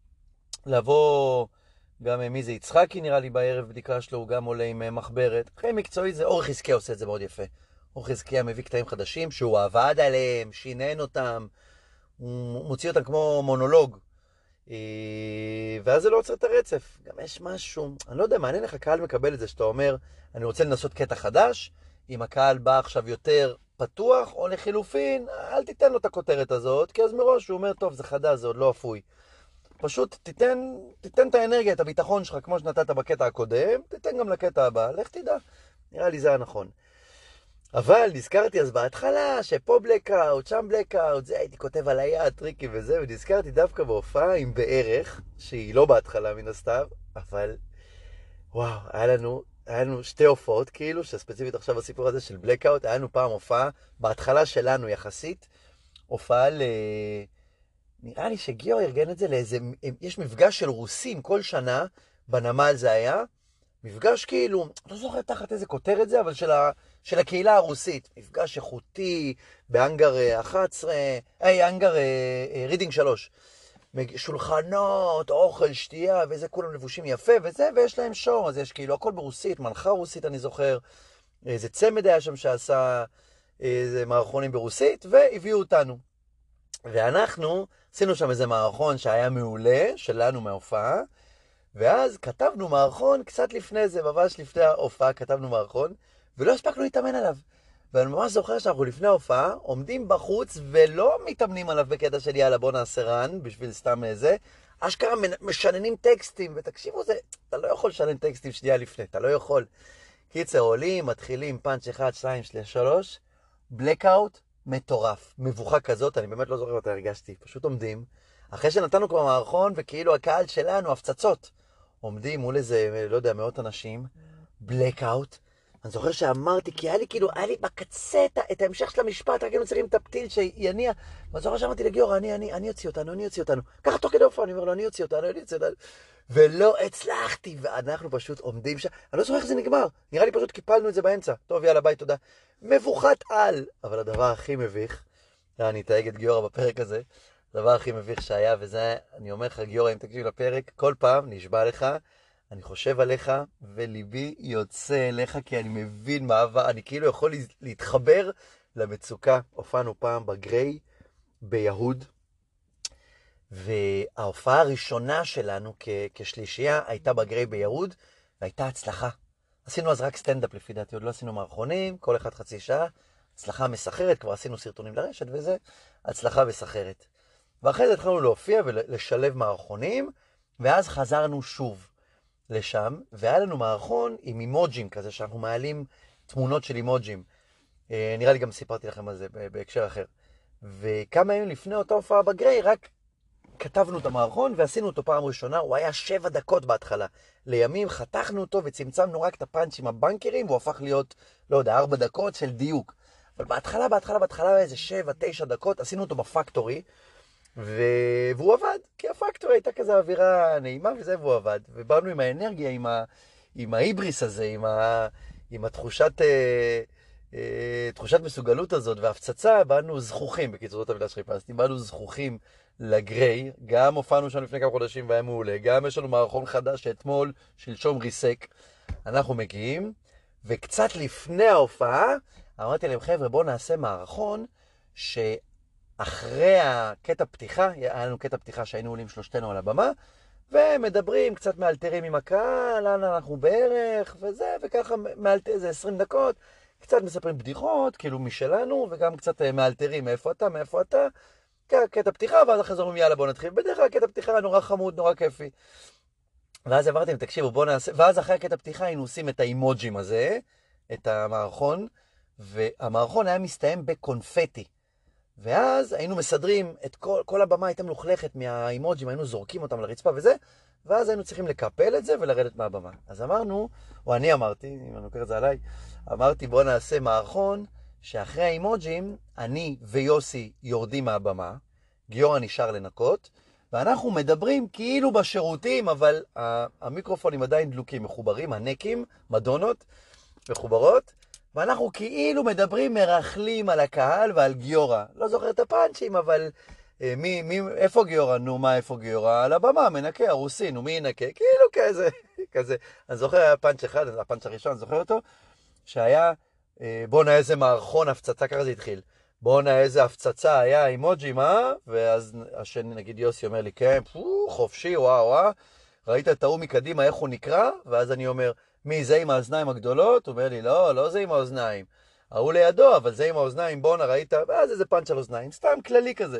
לבוא, גם מי זה יצחקי נראה לי בערב בדיקה שלו, הוא גם עולה עם מחברת. הכי מקצועי זה, אור חזקיה עושה את זה מאוד יפה. אור חזקיה מביא קטעים חדשים שהוא עבד עליהם, שינן אותם, הוא מוציא אותם כמו מונולוג. ואז זה לא עוצר את הרצף. גם יש משהו, אני לא יודע, מעניין איך הקהל מקבל את זה, שאתה אומר, אני רוצה לנסות קטע חדש, אם הקהל בא עכשיו יותר פתוח, או לחילופין, אל תיתן לו את הכותרת הזאת, כי אז מראש הוא אומר, טוב, זה חדש, זה עוד לא אפוי. פשוט תיתן את האנרגיה, את הביטחון שלך, כמו שנתת בקטע הקודם, תיתן גם לקטע הבא, לך תדע. נראה לי זה הנכון. אבל נזכרתי אז בהתחלה שפה בלקאוט, שם בלקאוט, זה הייתי כותב על היד, טריקי וזה, ונזכרתי דווקא בהופעה עם בערך, שהיא לא בהתחלה מן הסתם, אבל וואו, היה לנו שתי הופעות כאילו, שספציפית עכשיו הסיפור הזה של בלקאוט, היה לנו פעם הופעה, בהתחלה שלנו יחסית, הופעה נראה לי שגיאור ארגן את זה לאיזה, יש מפגש של רוסים כל שנה, בנמל זה היה, מפגש כאילו, לא זוכר תחת איזה כותרת זה, אבל של הקהילה הרוסית. מפגש איכותי באנגר 11, אנגר רידינג 3. שולחנות, אוכל, שתייה, וזה כולם לבושים יפה, וזה, ויש להם שואו, אז יש כאילו הכל ברוסית, מנחה רוסית אני זוכר, איזה צמד היה שם שעשה איזה מערכונים ברוסית, והביאו אותנו. ואנחנו עשינו שם איזה מערכון שהיה מעולה, שלנו מההופעה, ואז כתבנו מערכון קצת לפני זה, ממש לפני ההופעה כתבנו מערכון, ולא הספקנו להתאמן עליו. ואני ממש זוכר שאנחנו לפני ההופעה, עומדים בחוץ ולא מתאמנים עליו בקטע של יאללה בוא נעשה רן, בשביל סתם איזה, אשכרה משננים טקסטים, ותקשיבו זה, אתה לא יכול לשנן טקסטים שנייה לפני, אתה לא יכול. קיצר עולים, מתחילים, פאנץ' 1, 2, 3, בלקאוט, מטורף, מבוכה כזאת, אני באמת לא זוכר אותה הרגשתי, פשוט עומדים, אחרי שנתנו כבר מערכון, וכאילו הקהל שלנו, הפצצות, עומדים מול איזה, לא יודע, מאות אנשים, בלקאוט, אני זוכר שאמרתי, כי היה לי בקצה את ההמשך של המשפט, רק היינו צריכים את הפתיל שיניע, ואני זוכר שאמרתי לגיאור, אני אוציא אותנו, ככה תוך כדי הופעה, אני אומר לו, אני אוציא אותנו, ולא הצלחתי, ואנחנו פשוט עומדים שם, אני לא זוכר איך זה נגמר, נראה לי פשוט קיפלנו את זה באמצע, טוב יאללה ביי, תודה, מבוכת על, אבל הדבר הכי מביך, אני אתייג את גיורא בפרק הזה, הדבר הכי מביך שהיה, וזה, אני אומר לך גיורא, אם תקשיב לפרק, כל פעם נשבע לך, אני חושב עליך, וליבי יוצא אליך, כי אני מבין מה עבר, אני כאילו יכול להתחבר למצוקה. הופענו פעם בגריי, ביהוד, וההופעה הראשונה שלנו כשלישייה הייתה בגריי ביהוד, והייתה הצלחה. עשינו אז רק סטנדאפ לפי דעתי, עוד לא עשינו מערכונים, כל אחד חצי שעה, הצלחה מסחרת, כבר עשינו סרטונים לרשת וזה, הצלחה מסחרת. ואחרי זה התחלנו להופיע ולשלב מערכונים, ואז חזרנו שוב לשם, והיה לנו מערכון עם אימוג'ים כזה, שאנחנו מעלים תמונות של אימוג'ים. נראה לי גם סיפרתי לכם על זה בהקשר אחר. וכמה ימים לפני אותה הופעה בגריי, רק כתבנו את המערכון ועשינו אותו פעם ראשונה, הוא היה 7 דקות בהתחלה. לימים חתכנו אותו וצמצמנו רק את הפאנצ'ים הבנקרים, והוא הפך להיות, לא יודע, 4 דקות של דיוק. אבל בהתחלה, איזה 7-9 דקות, עשינו אותו בפקטורי, והוא עבד, כי הפקטורי הייתה כזה אווירה נעימה וזה, והוא עבד. ובאנו עם האנרגיה, עם ההיבריס הזה, עם התחושת תחושת מסוגלות הזאת והפצצה, באנו זכוכים, בקיצור זאת המילה שחיפשתי, באנו זכוכים לגריי, גם הופענו שם לפני כמה חודשים והיה מעולה, גם יש לנו מערכון חדש שאתמול, שלשום ריסק, אנחנו מגיעים, וקצת לפני ההופעה, אמרתי להם, חבר'ה, בואו נעשה מערכון, שאחרי הקטע פתיחה, היה לנו קטע פתיחה שהיינו עולים שלושתנו על הבמה, ומדברים, קצת מאלתרים עם הקהל, לאן אנחנו בערך, וזה, וככה מאלתר, זה 20 דקות, קצת מספרים בדיחות, כאילו משלנו, וגם קצת מאלתרים, מאיפה אתה, קטע פתיחה, ואז אחרי זה אומרים, יאללה, בוא נתחיל. בדרך כלל קטע פתיחה נורא חמוד, נורא כיפי. ואז אמרתי, תקשיבו, בוא נעשה, ואז אחרי הקטע פתיחה היינו עושים את האימוג'ים הזה, את המערכון, והמערכון היה מסתיים בקונפטי. ואז היינו מסדרים את כל הבמה הייתה מלוכלכת מהאימוג'ים, היינו זורקים אותם לרצפה וזה, ואז היינו צריכים לקפל את זה ולרדת מהבמה. אז אמרנו, או אני אמרתי, אם אני לוקח את זה עליי, אמרתי בוא נעשה מערכון שאחרי האימוג'ים, אני ויוסי יורדים מהבמה, גיורא נשאר לנקות, ואנחנו מדברים כאילו בשירותים, אבל המיקרופונים עדיין דלוקים, מחוברים, הנקים, מדונות, מחוברות, ואנחנו כאילו מדברים, מרחלים על הקהל ועל גיורא. לא זוכר את הפאנצ'ים, אבל איפה גיורא? נו, מה איפה גיורא? על הבמה, מנקה, הרוסי, נו, מי ינקה? כאילו כזה. אני זוכר, היה פאנץ' אחד, הפאנץ' הראשון, אני זוכר אותו, שהיה, בואנה איזה מערכון הפצצה, ככה זה התחיל. בואנה איזה הפצצה היה, אימוג'י, מה? ואז השני, נגיד יוסי אומר לי, כן, חופשי, וואו. ראית את ההוא מקדימה, איך הוא נקרא? ואז אני אומר, מי, זה עם האוזניים הגדולות? הוא אומר לי, לא זה עם האוזניים. ההוא לידו, אבל זה עם האוזניים, בואנה, ראית? ואז איזה פאנץ' על אוזניים, סתם כללי כזה.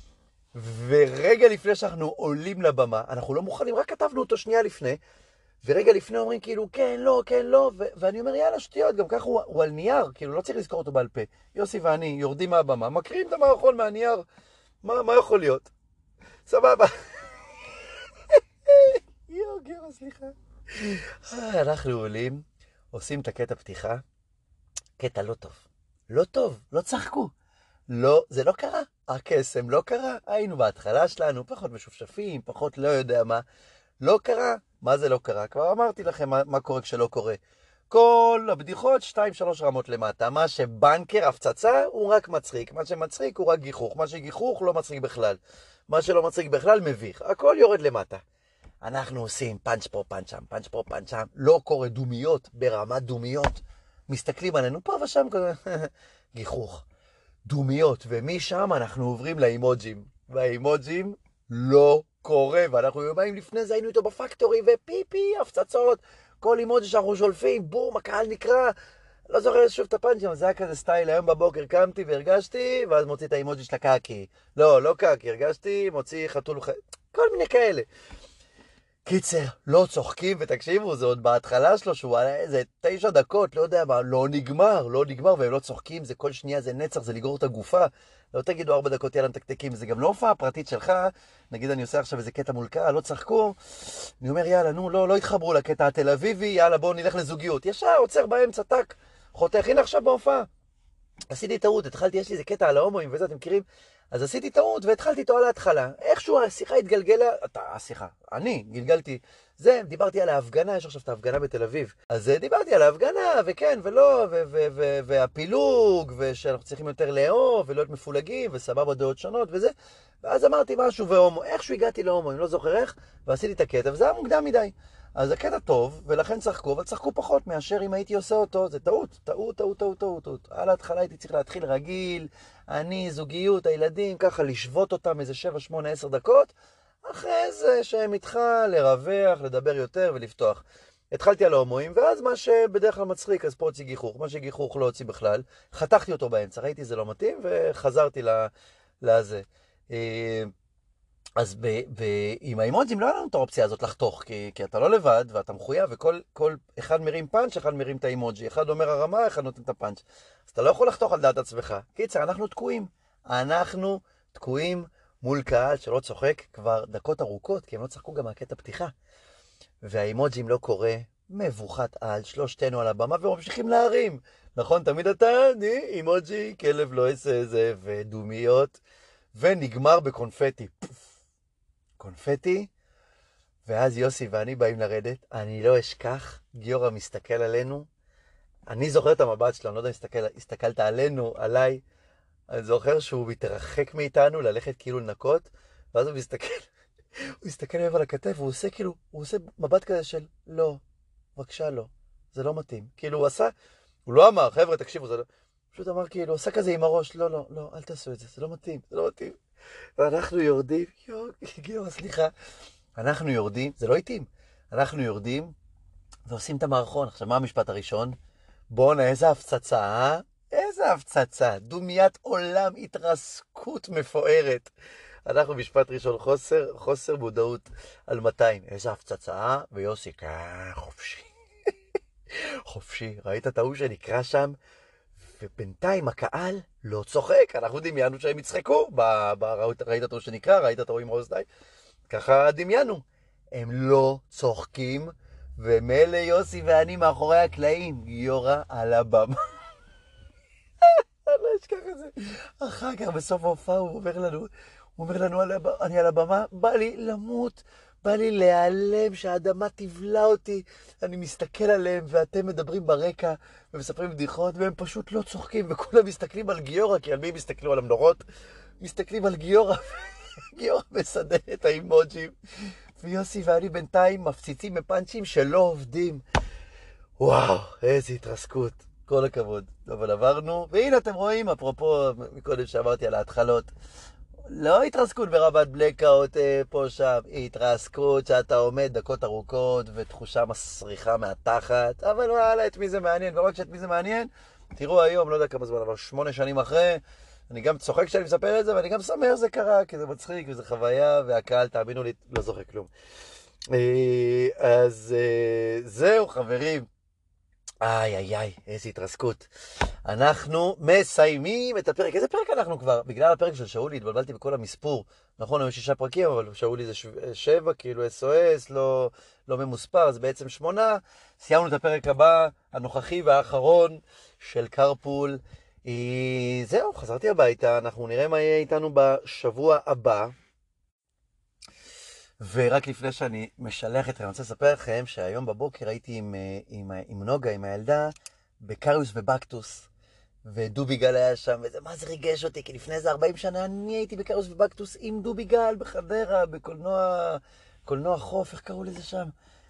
ורגע לפני שאנחנו עולים לבמה, אנחנו לא מוכנים, רק כתבנו אותו שנייה לפני, ורגע לפני אומרים כאילו, כן, לא, ואני אומר, יאללה, שטויות, גם ככה הוא על נייר, כאילו לא צריך לזכור אותו בעל פה. יוסי ואני יורדים מהבמה, מקריאים את המערכון מהנייר, מה יכול להיות? סבבה. גיורא, סליחה. אנחנו עולים, עושים את הקטע פתיחה, קטע לא טוב. לא טוב, לא צחקו. לא, זה לא קרה. הקסם לא קרה. היינו בהתחלה שלנו, פחות משופשפים, פחות לא יודע מה. לא קרה. מה זה לא קרה? כבר אמרתי לכם מה קורה כשלא קורה. כל הבדיחות 2-3 רמות למטה. מה שבנקר, הפצצה, הוא רק מצחיק. מה שמצחיק הוא רק גיחוך. מה שגיחוך לא מצחיק בכלל. מה שלא מצחיק בכלל מביך. הכל יורד למטה. אנחנו עושים פאנץ' פה, פאנץ' שם, פאנץ' פה, פאנץ' שם. לא קורה דומיות, ברמת דומיות. מסתכלים עלינו פה ושם כזה. גיחוך. דומיות. ומשם אנחנו עוברים לאימוג'ים. והאימוג'ים לא קורה. ואנחנו יומיים לפני זה היינו איתו בפקטורי, ופיפי, הפצצות. כל אימוג'י שאנחנו שולפים, בום, הקהל נקרא. לא זוכר שוב את הפאנצ'ים, זה היה כזה סטייל. היום בבוקר קמתי והרגשתי, ואז מוציא את האימוג'י של הקאקי. לא קאקי, הרגשתי, מוציא חתול, כל מיני כאלה. קיצר, לא צוחקים, ותקשיבו, זה עוד בהתחלה שלו, שהוא היה איזה 9 דקות, לא יודע מה, לא נגמר, והם לא צוחקים, זה כל שנייה, זה נצח, זה לגרור את הגופה, לא תגידו 4 דקות, יאללה מתקתקים, זה גם לא הופעה פרטית שלך, נגיד אני עושה עכשיו איזה קטע מול קהל, לא צחקו, אני אומר, יאללה, נו, לא התחברו לקטע התל אביבי, יאללה, בואו נלך לזוגיות, ישר, עוצר באמצע, טק, חותך, הנה עכשיו בהופעה. עשיתי טעות, יש לי איזה קטע על ההומואים וזה, אתם מכירים? אז עשיתי טעות והתחלתי איתו על ההתחלה. איכשהו השיחה התגלגלה, אני גלגלתי, דיברתי על ההפגנה, יש עכשיו את ההפגנה בתל אביב. אז דיברתי על ההפגנה, וכן ולא, והפילוג, ושאנחנו צריכים יותר לאהוב, ולהיות מפולגים, וסבבה דעות שונות וזה. ואז אמרתי משהו והומו, איכשהו הגעתי להומו, אני לא זוכר איך, ועשיתי את הקטע, וזה היה מוקדם מדי. אז הקטע טוב, ולכן צחקו, אבל צחקו פחות מאשר אם הייתי עושה אותו. זה טעות. על ההתחלה הייתי צריך להתחיל רגיל, אני, זוגיות, הילדים, ככה לשבות אותם איזה 7, 8, 10 דקות, אחרי זה שהם איתך לרווח, לדבר יותר ולפתוח. התחלתי על ההומואים, ואז מה שבדרך כלל מצחיק, אז פה הוציא גיחוך, מה שגיחוך לא הוציא בכלל, חתכתי אותו באמצע, ראיתי זה לא מתאים, וחזרתי לזה. אז עם האימוג'ים לא היה לנו את האופציה הזאת לחתוך, כי אתה לא לבד, ואתה מחויב, וכל אחד מרים פאנץ', אחד מרים את האימוג'י, אחד אומר הרמה, אחד נותן את הפאנץ'. אז אתה לא יכול לחתוך על דעת עצמך. קיצר, אנחנו תקועים מול קהל שלא צוחק כבר דקות ארוכות, כי הם לא צחקו גם מהקטע פתיחה. והאימוג'ים לא קורה, מבוכת על, שלושתנו על הבמה, וממשיכים להרים. נכון, תמיד אתה, אימוג'י, כלב לא עושה זה, ודומיות. ונגמר בקונפטי. קונפטי, ואז יוסי ואני באים לרדת, אני לא אשכח, גיורא מסתכל עלינו, אני זוכר את המבט שלו, אני לא יודע אם הסתכלת עלינו, עליי, אני זוכר שהוא מתרחק מאיתנו, ללכת כאילו לנקות, ואז הוא מסתכל מעבר לכתף, והוא עושה כאילו, הוא עושה מבט כזה של, לא, בבקשה לא, זה לא מתאים. כאילו הוא עשה, הוא לא אמר, חבר'ה תקשיבו, זה לא, פשוט אמר כאילו, הוא עשה כזה עם הראש, לא, לא, לא, אל תעשו את זה, זה לא מתאים, זה לא מתאים. ואנחנו יורדים, גיורא, סליחה, אנחנו יורדים, זה לא התאים, אנחנו יורדים ועושים את המערכון. עכשיו, מה המשפט הראשון? בואנה, איזה הפצצה, אה? איזה הפצצה, דומיית עולם, התרסקות מפוארת. אנחנו משפט ראשון, חוסר מודעות על 200. איזה הפצצה, אה? ויוסי, חופשי. חופשי. ראית את ההוא שנקרא שם? ובינתיים הקהל לא צוחק. אנחנו דמיינו שהם יצחקו. ראית את ההוא שנקרא? ראית את ההוא עם אוזניים? ככה דמיינו. הם לא צוחקים, ומילא יוסי ואני מאחורי הקלעים, גיורא על הבמה. אני לא אשכח את זה. אחר כך בסוף ההופעה הוא אומר לנו, אני על הבמה, בא לי למות, בא לי להיעלם, שהאדמה תבלע אותי. אני מסתכל עליהם, ואתם מדברים ברקע, ומספרים בדיחות, והם פשוט לא צוחקים, וכולם מסתכלים על גיורא, כי על מי מסתכלו? על המנורות? מסתכלים על גיורא, גיורא מסדר את האימוג'ים, ויוסי ואני בינתיים מפציצים בפאנצ'ים שלא עובדים. וואו, איזה התרסקות. כל הכבוד. אבל עברנו, והנה אתם רואים, אפרופו מקודם שאמרתי על ההתחלות, לא התרסקות ברמת בלקאוט פה שם, התרסקות שאתה עומד דקות ארוכות ותחושה מסריחה מהתחת, אבל וואלה, את מי זה מעניין, ולא רק שאת מי זה מעניין, תראו היום, לא יודע כמה זמן, אבל 8 שנים אחרי, אני גם צוחק כשאני מספר את זה, ואני גם שמח זה קרה, כי זה מצחיק וזה חוויה, והקהל, תאמינו לי, לא זוכר כלום. אז זהו חברים, איי, איזה התרסקות. אנחנו מסיימים את הפרק. איזה פרק אנחנו כבר? בגלל הפרק של שאולי התבלבלתי בכל המספור. נכון, היו 6 פרקים, אבל שאולי זה 7, כאילו SOS, לא ממוספר, אז בעצם 8. סיימנו את הפרק הבא, הנוכחי והאחרון של קרפול. זהו, חזרתי הביתה, אנחנו נראה מה יהיה איתנו בשבוע הבא. ורק לפני שאני משלח אתכם, אני רוצה לספר לכם שהיום בבוקר הייתי עם נוגה, עם הילדה, בקריוס ובקטוס, ודובי גל היה שם, וזה מה זה ריגש אותי, כי לפני איזה 40 שנה אני הייתי בקריוס ובקטוס עם דובי גל בחדרה, בקולנוע חוף, איך קראו לזה שם?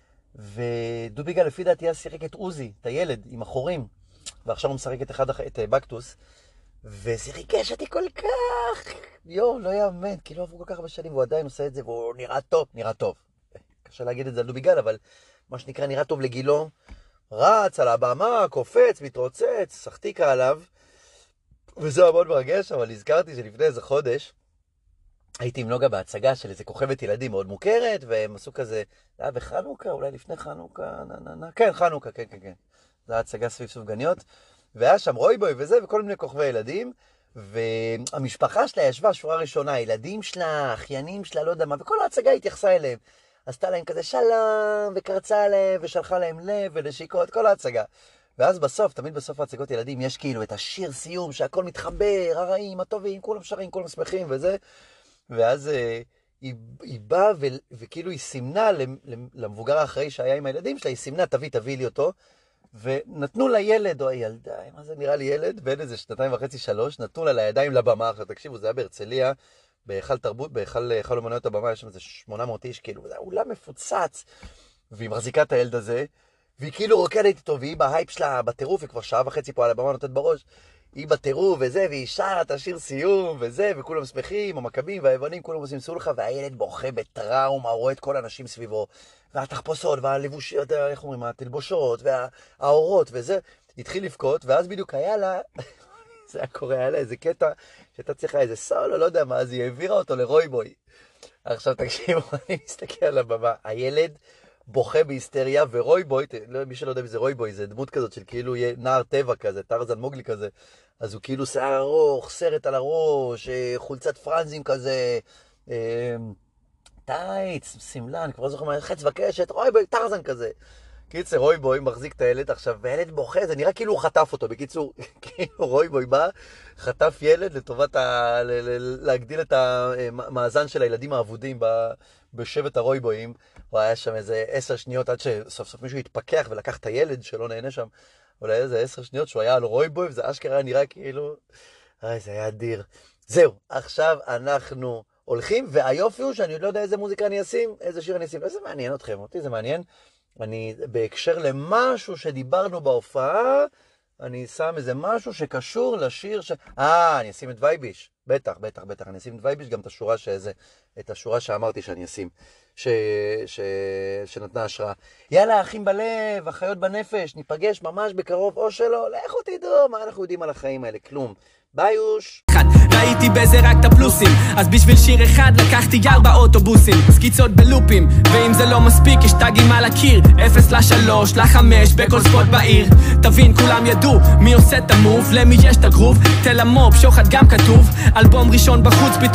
ודובי גל לפי דעתי היה שיחק את עוזי, את הילד, עם החורים, ועכשיו הוא משחק את בקטוס, וזה ריגש אותי כל כך, לא יאמן, כי לא עברו כל כך הרבה שנים, והוא עדיין עושה את זה, והוא נראה טוב. קשה להגיד את זה על דובי גל, אבל מה שנקרא נראה טוב לגילו, רץ על הבמה, קופץ, מתרוצץ, שחתיקה עליו, וזה מאוד מרגש, אבל הזכרתי שלפני איזה חודש, הייתי עם נוגה בהצגה של איזה כוכבת ילדים מאוד מוכרת, והם עשו כזה, זה היה בחנוכה, אולי לפני חנוכה, כן, חנוכה, כן. זה היה הצגה סביב סופגניות, והיה שם רויבוי וזה, וכל מיני כוכבי ילדים, והמשפחה שלה ישבה שורה ראשונה, הילדים שלה, אחיינים שלה, לא יודע מה, וכל ההצגה התייחסה אליהם. עשתה להם כזה שלום, וקרצה להם, ושלחה להם לב ונשיקות, כל ההצגה. ואז בסוף, תמיד בסוף ההצגות ילדים, יש כאילו את השיר סיום, שהכל מתחבר, הרעים, הטובים, כולם שרים, כולם שמחים וזה. ואז היא באה וכאילו היא סימנה למבוגר האחראי שהיה עם הילדים שלה, היא סימנה, תביא לי אותו. ונתנו לילד או הילדה, מה זה נראה לי ילד, בין איזה 2.5-3, נתנו לה לידיים לבמה. עכשיו תקשיבו, זה היה בהרצליה, בהיכל תרבות, בהיכל אומנויות הבמה, יש שם איזה 800 איש, כאילו, זה אולם מפוצץ, והיא מחזיקה את הילד הזה, והיא כאילו רוקדת איתו, והיא בהייפ שלה בטירוף, היא כבר 1.5 שעה פה על הבמה נותנת בראש, היא בטירוף וזה, והיא שרה את השיר סיום וזה, וכולם שמחים, המכבים והיוונים, כולם עושים סולחה, והילד בוכה בטראומה, רואה את כל האנשים סביבו, והתחפושות, והלבושות, איך אומרים, התלבושות, והאורות וזה, התחיל לבכות, ואז בדיוק היה לה, זה היה קורה, היה לה איזה קטע, שהייתה צריכה איזה סולו, לא יודע מה, אז היא העבירה אותו לרויבוי. עכשיו תקשיבו, אני מסתכל על הבמה, הילד בוכה בהיסטריה, ורויבוי, מי שלא יודע מי זה רויבוי, זה דמות כזאת של כאילו יהיה נער טבע כזה, טרזן מוגלי כזה, אז הוא כאילו שיער ארוך, סרט על הראש, חולצת פרנזים כזה, טייץ, סמלן, כבר לא זוכר מה, חץ וקשת, רויבוי, טרזן כזה. קיצר, רוי בוי מחזיק את הילד עכשיו, והילד בוכה, זה נראה כאילו הוא חטף אותו. בקיצור, כאילו רוי בוי בא, חטף ילד לטובת להגדיל את המאזן של הילדים האבודים בשבט הרוי בויים. הוא היה שם איזה 10 שניות עד שסוף סוף מישהו התפכח ולקח את הילד שלא נהנה שם. אולי איזה 10 שניות שהוא היה על רוי בוי, וזה אשכרה נראה כאילו... זה היה אדיר. זהו, עכשיו אנחנו הולכים, והיופי הוא שאני עוד לא יודע איזה מוזיקה אני אשים, איזה שיר אני אשים. זה מעניין אתכם, אותי זה מעניין. אני בהקשר למשהו שדיברנו בהופעה, אני שם איזה משהו שקשור לשיר אני אשים את וייביש. בטח, אני אשים את וייביש, גם את השורה שאמרתי שאני אשים, שנתנה השראה. יאללה, אחים בלב, אחיות בנפש, ניפגש ממש בקרוב או שלא, לכו תדעו, מה אנחנו יודעים על החיים האלה? כלום. ביוש. ראיתי בזה רק את הפלוסים, אז בשביל שיר אחד לקחתי 4 אוטובוסים, סקיצות בלופים, ואם זה לא מספיק יש טאגים על הקיר, 0 ל-3 ל-5 בכל ספוט בעיר. תבין, כולם ידעו מי עושה את המוב, למי יש את הגרוב, תל המופ, שוחד גם כתוב, אלבום ראשון בחוץ פתאום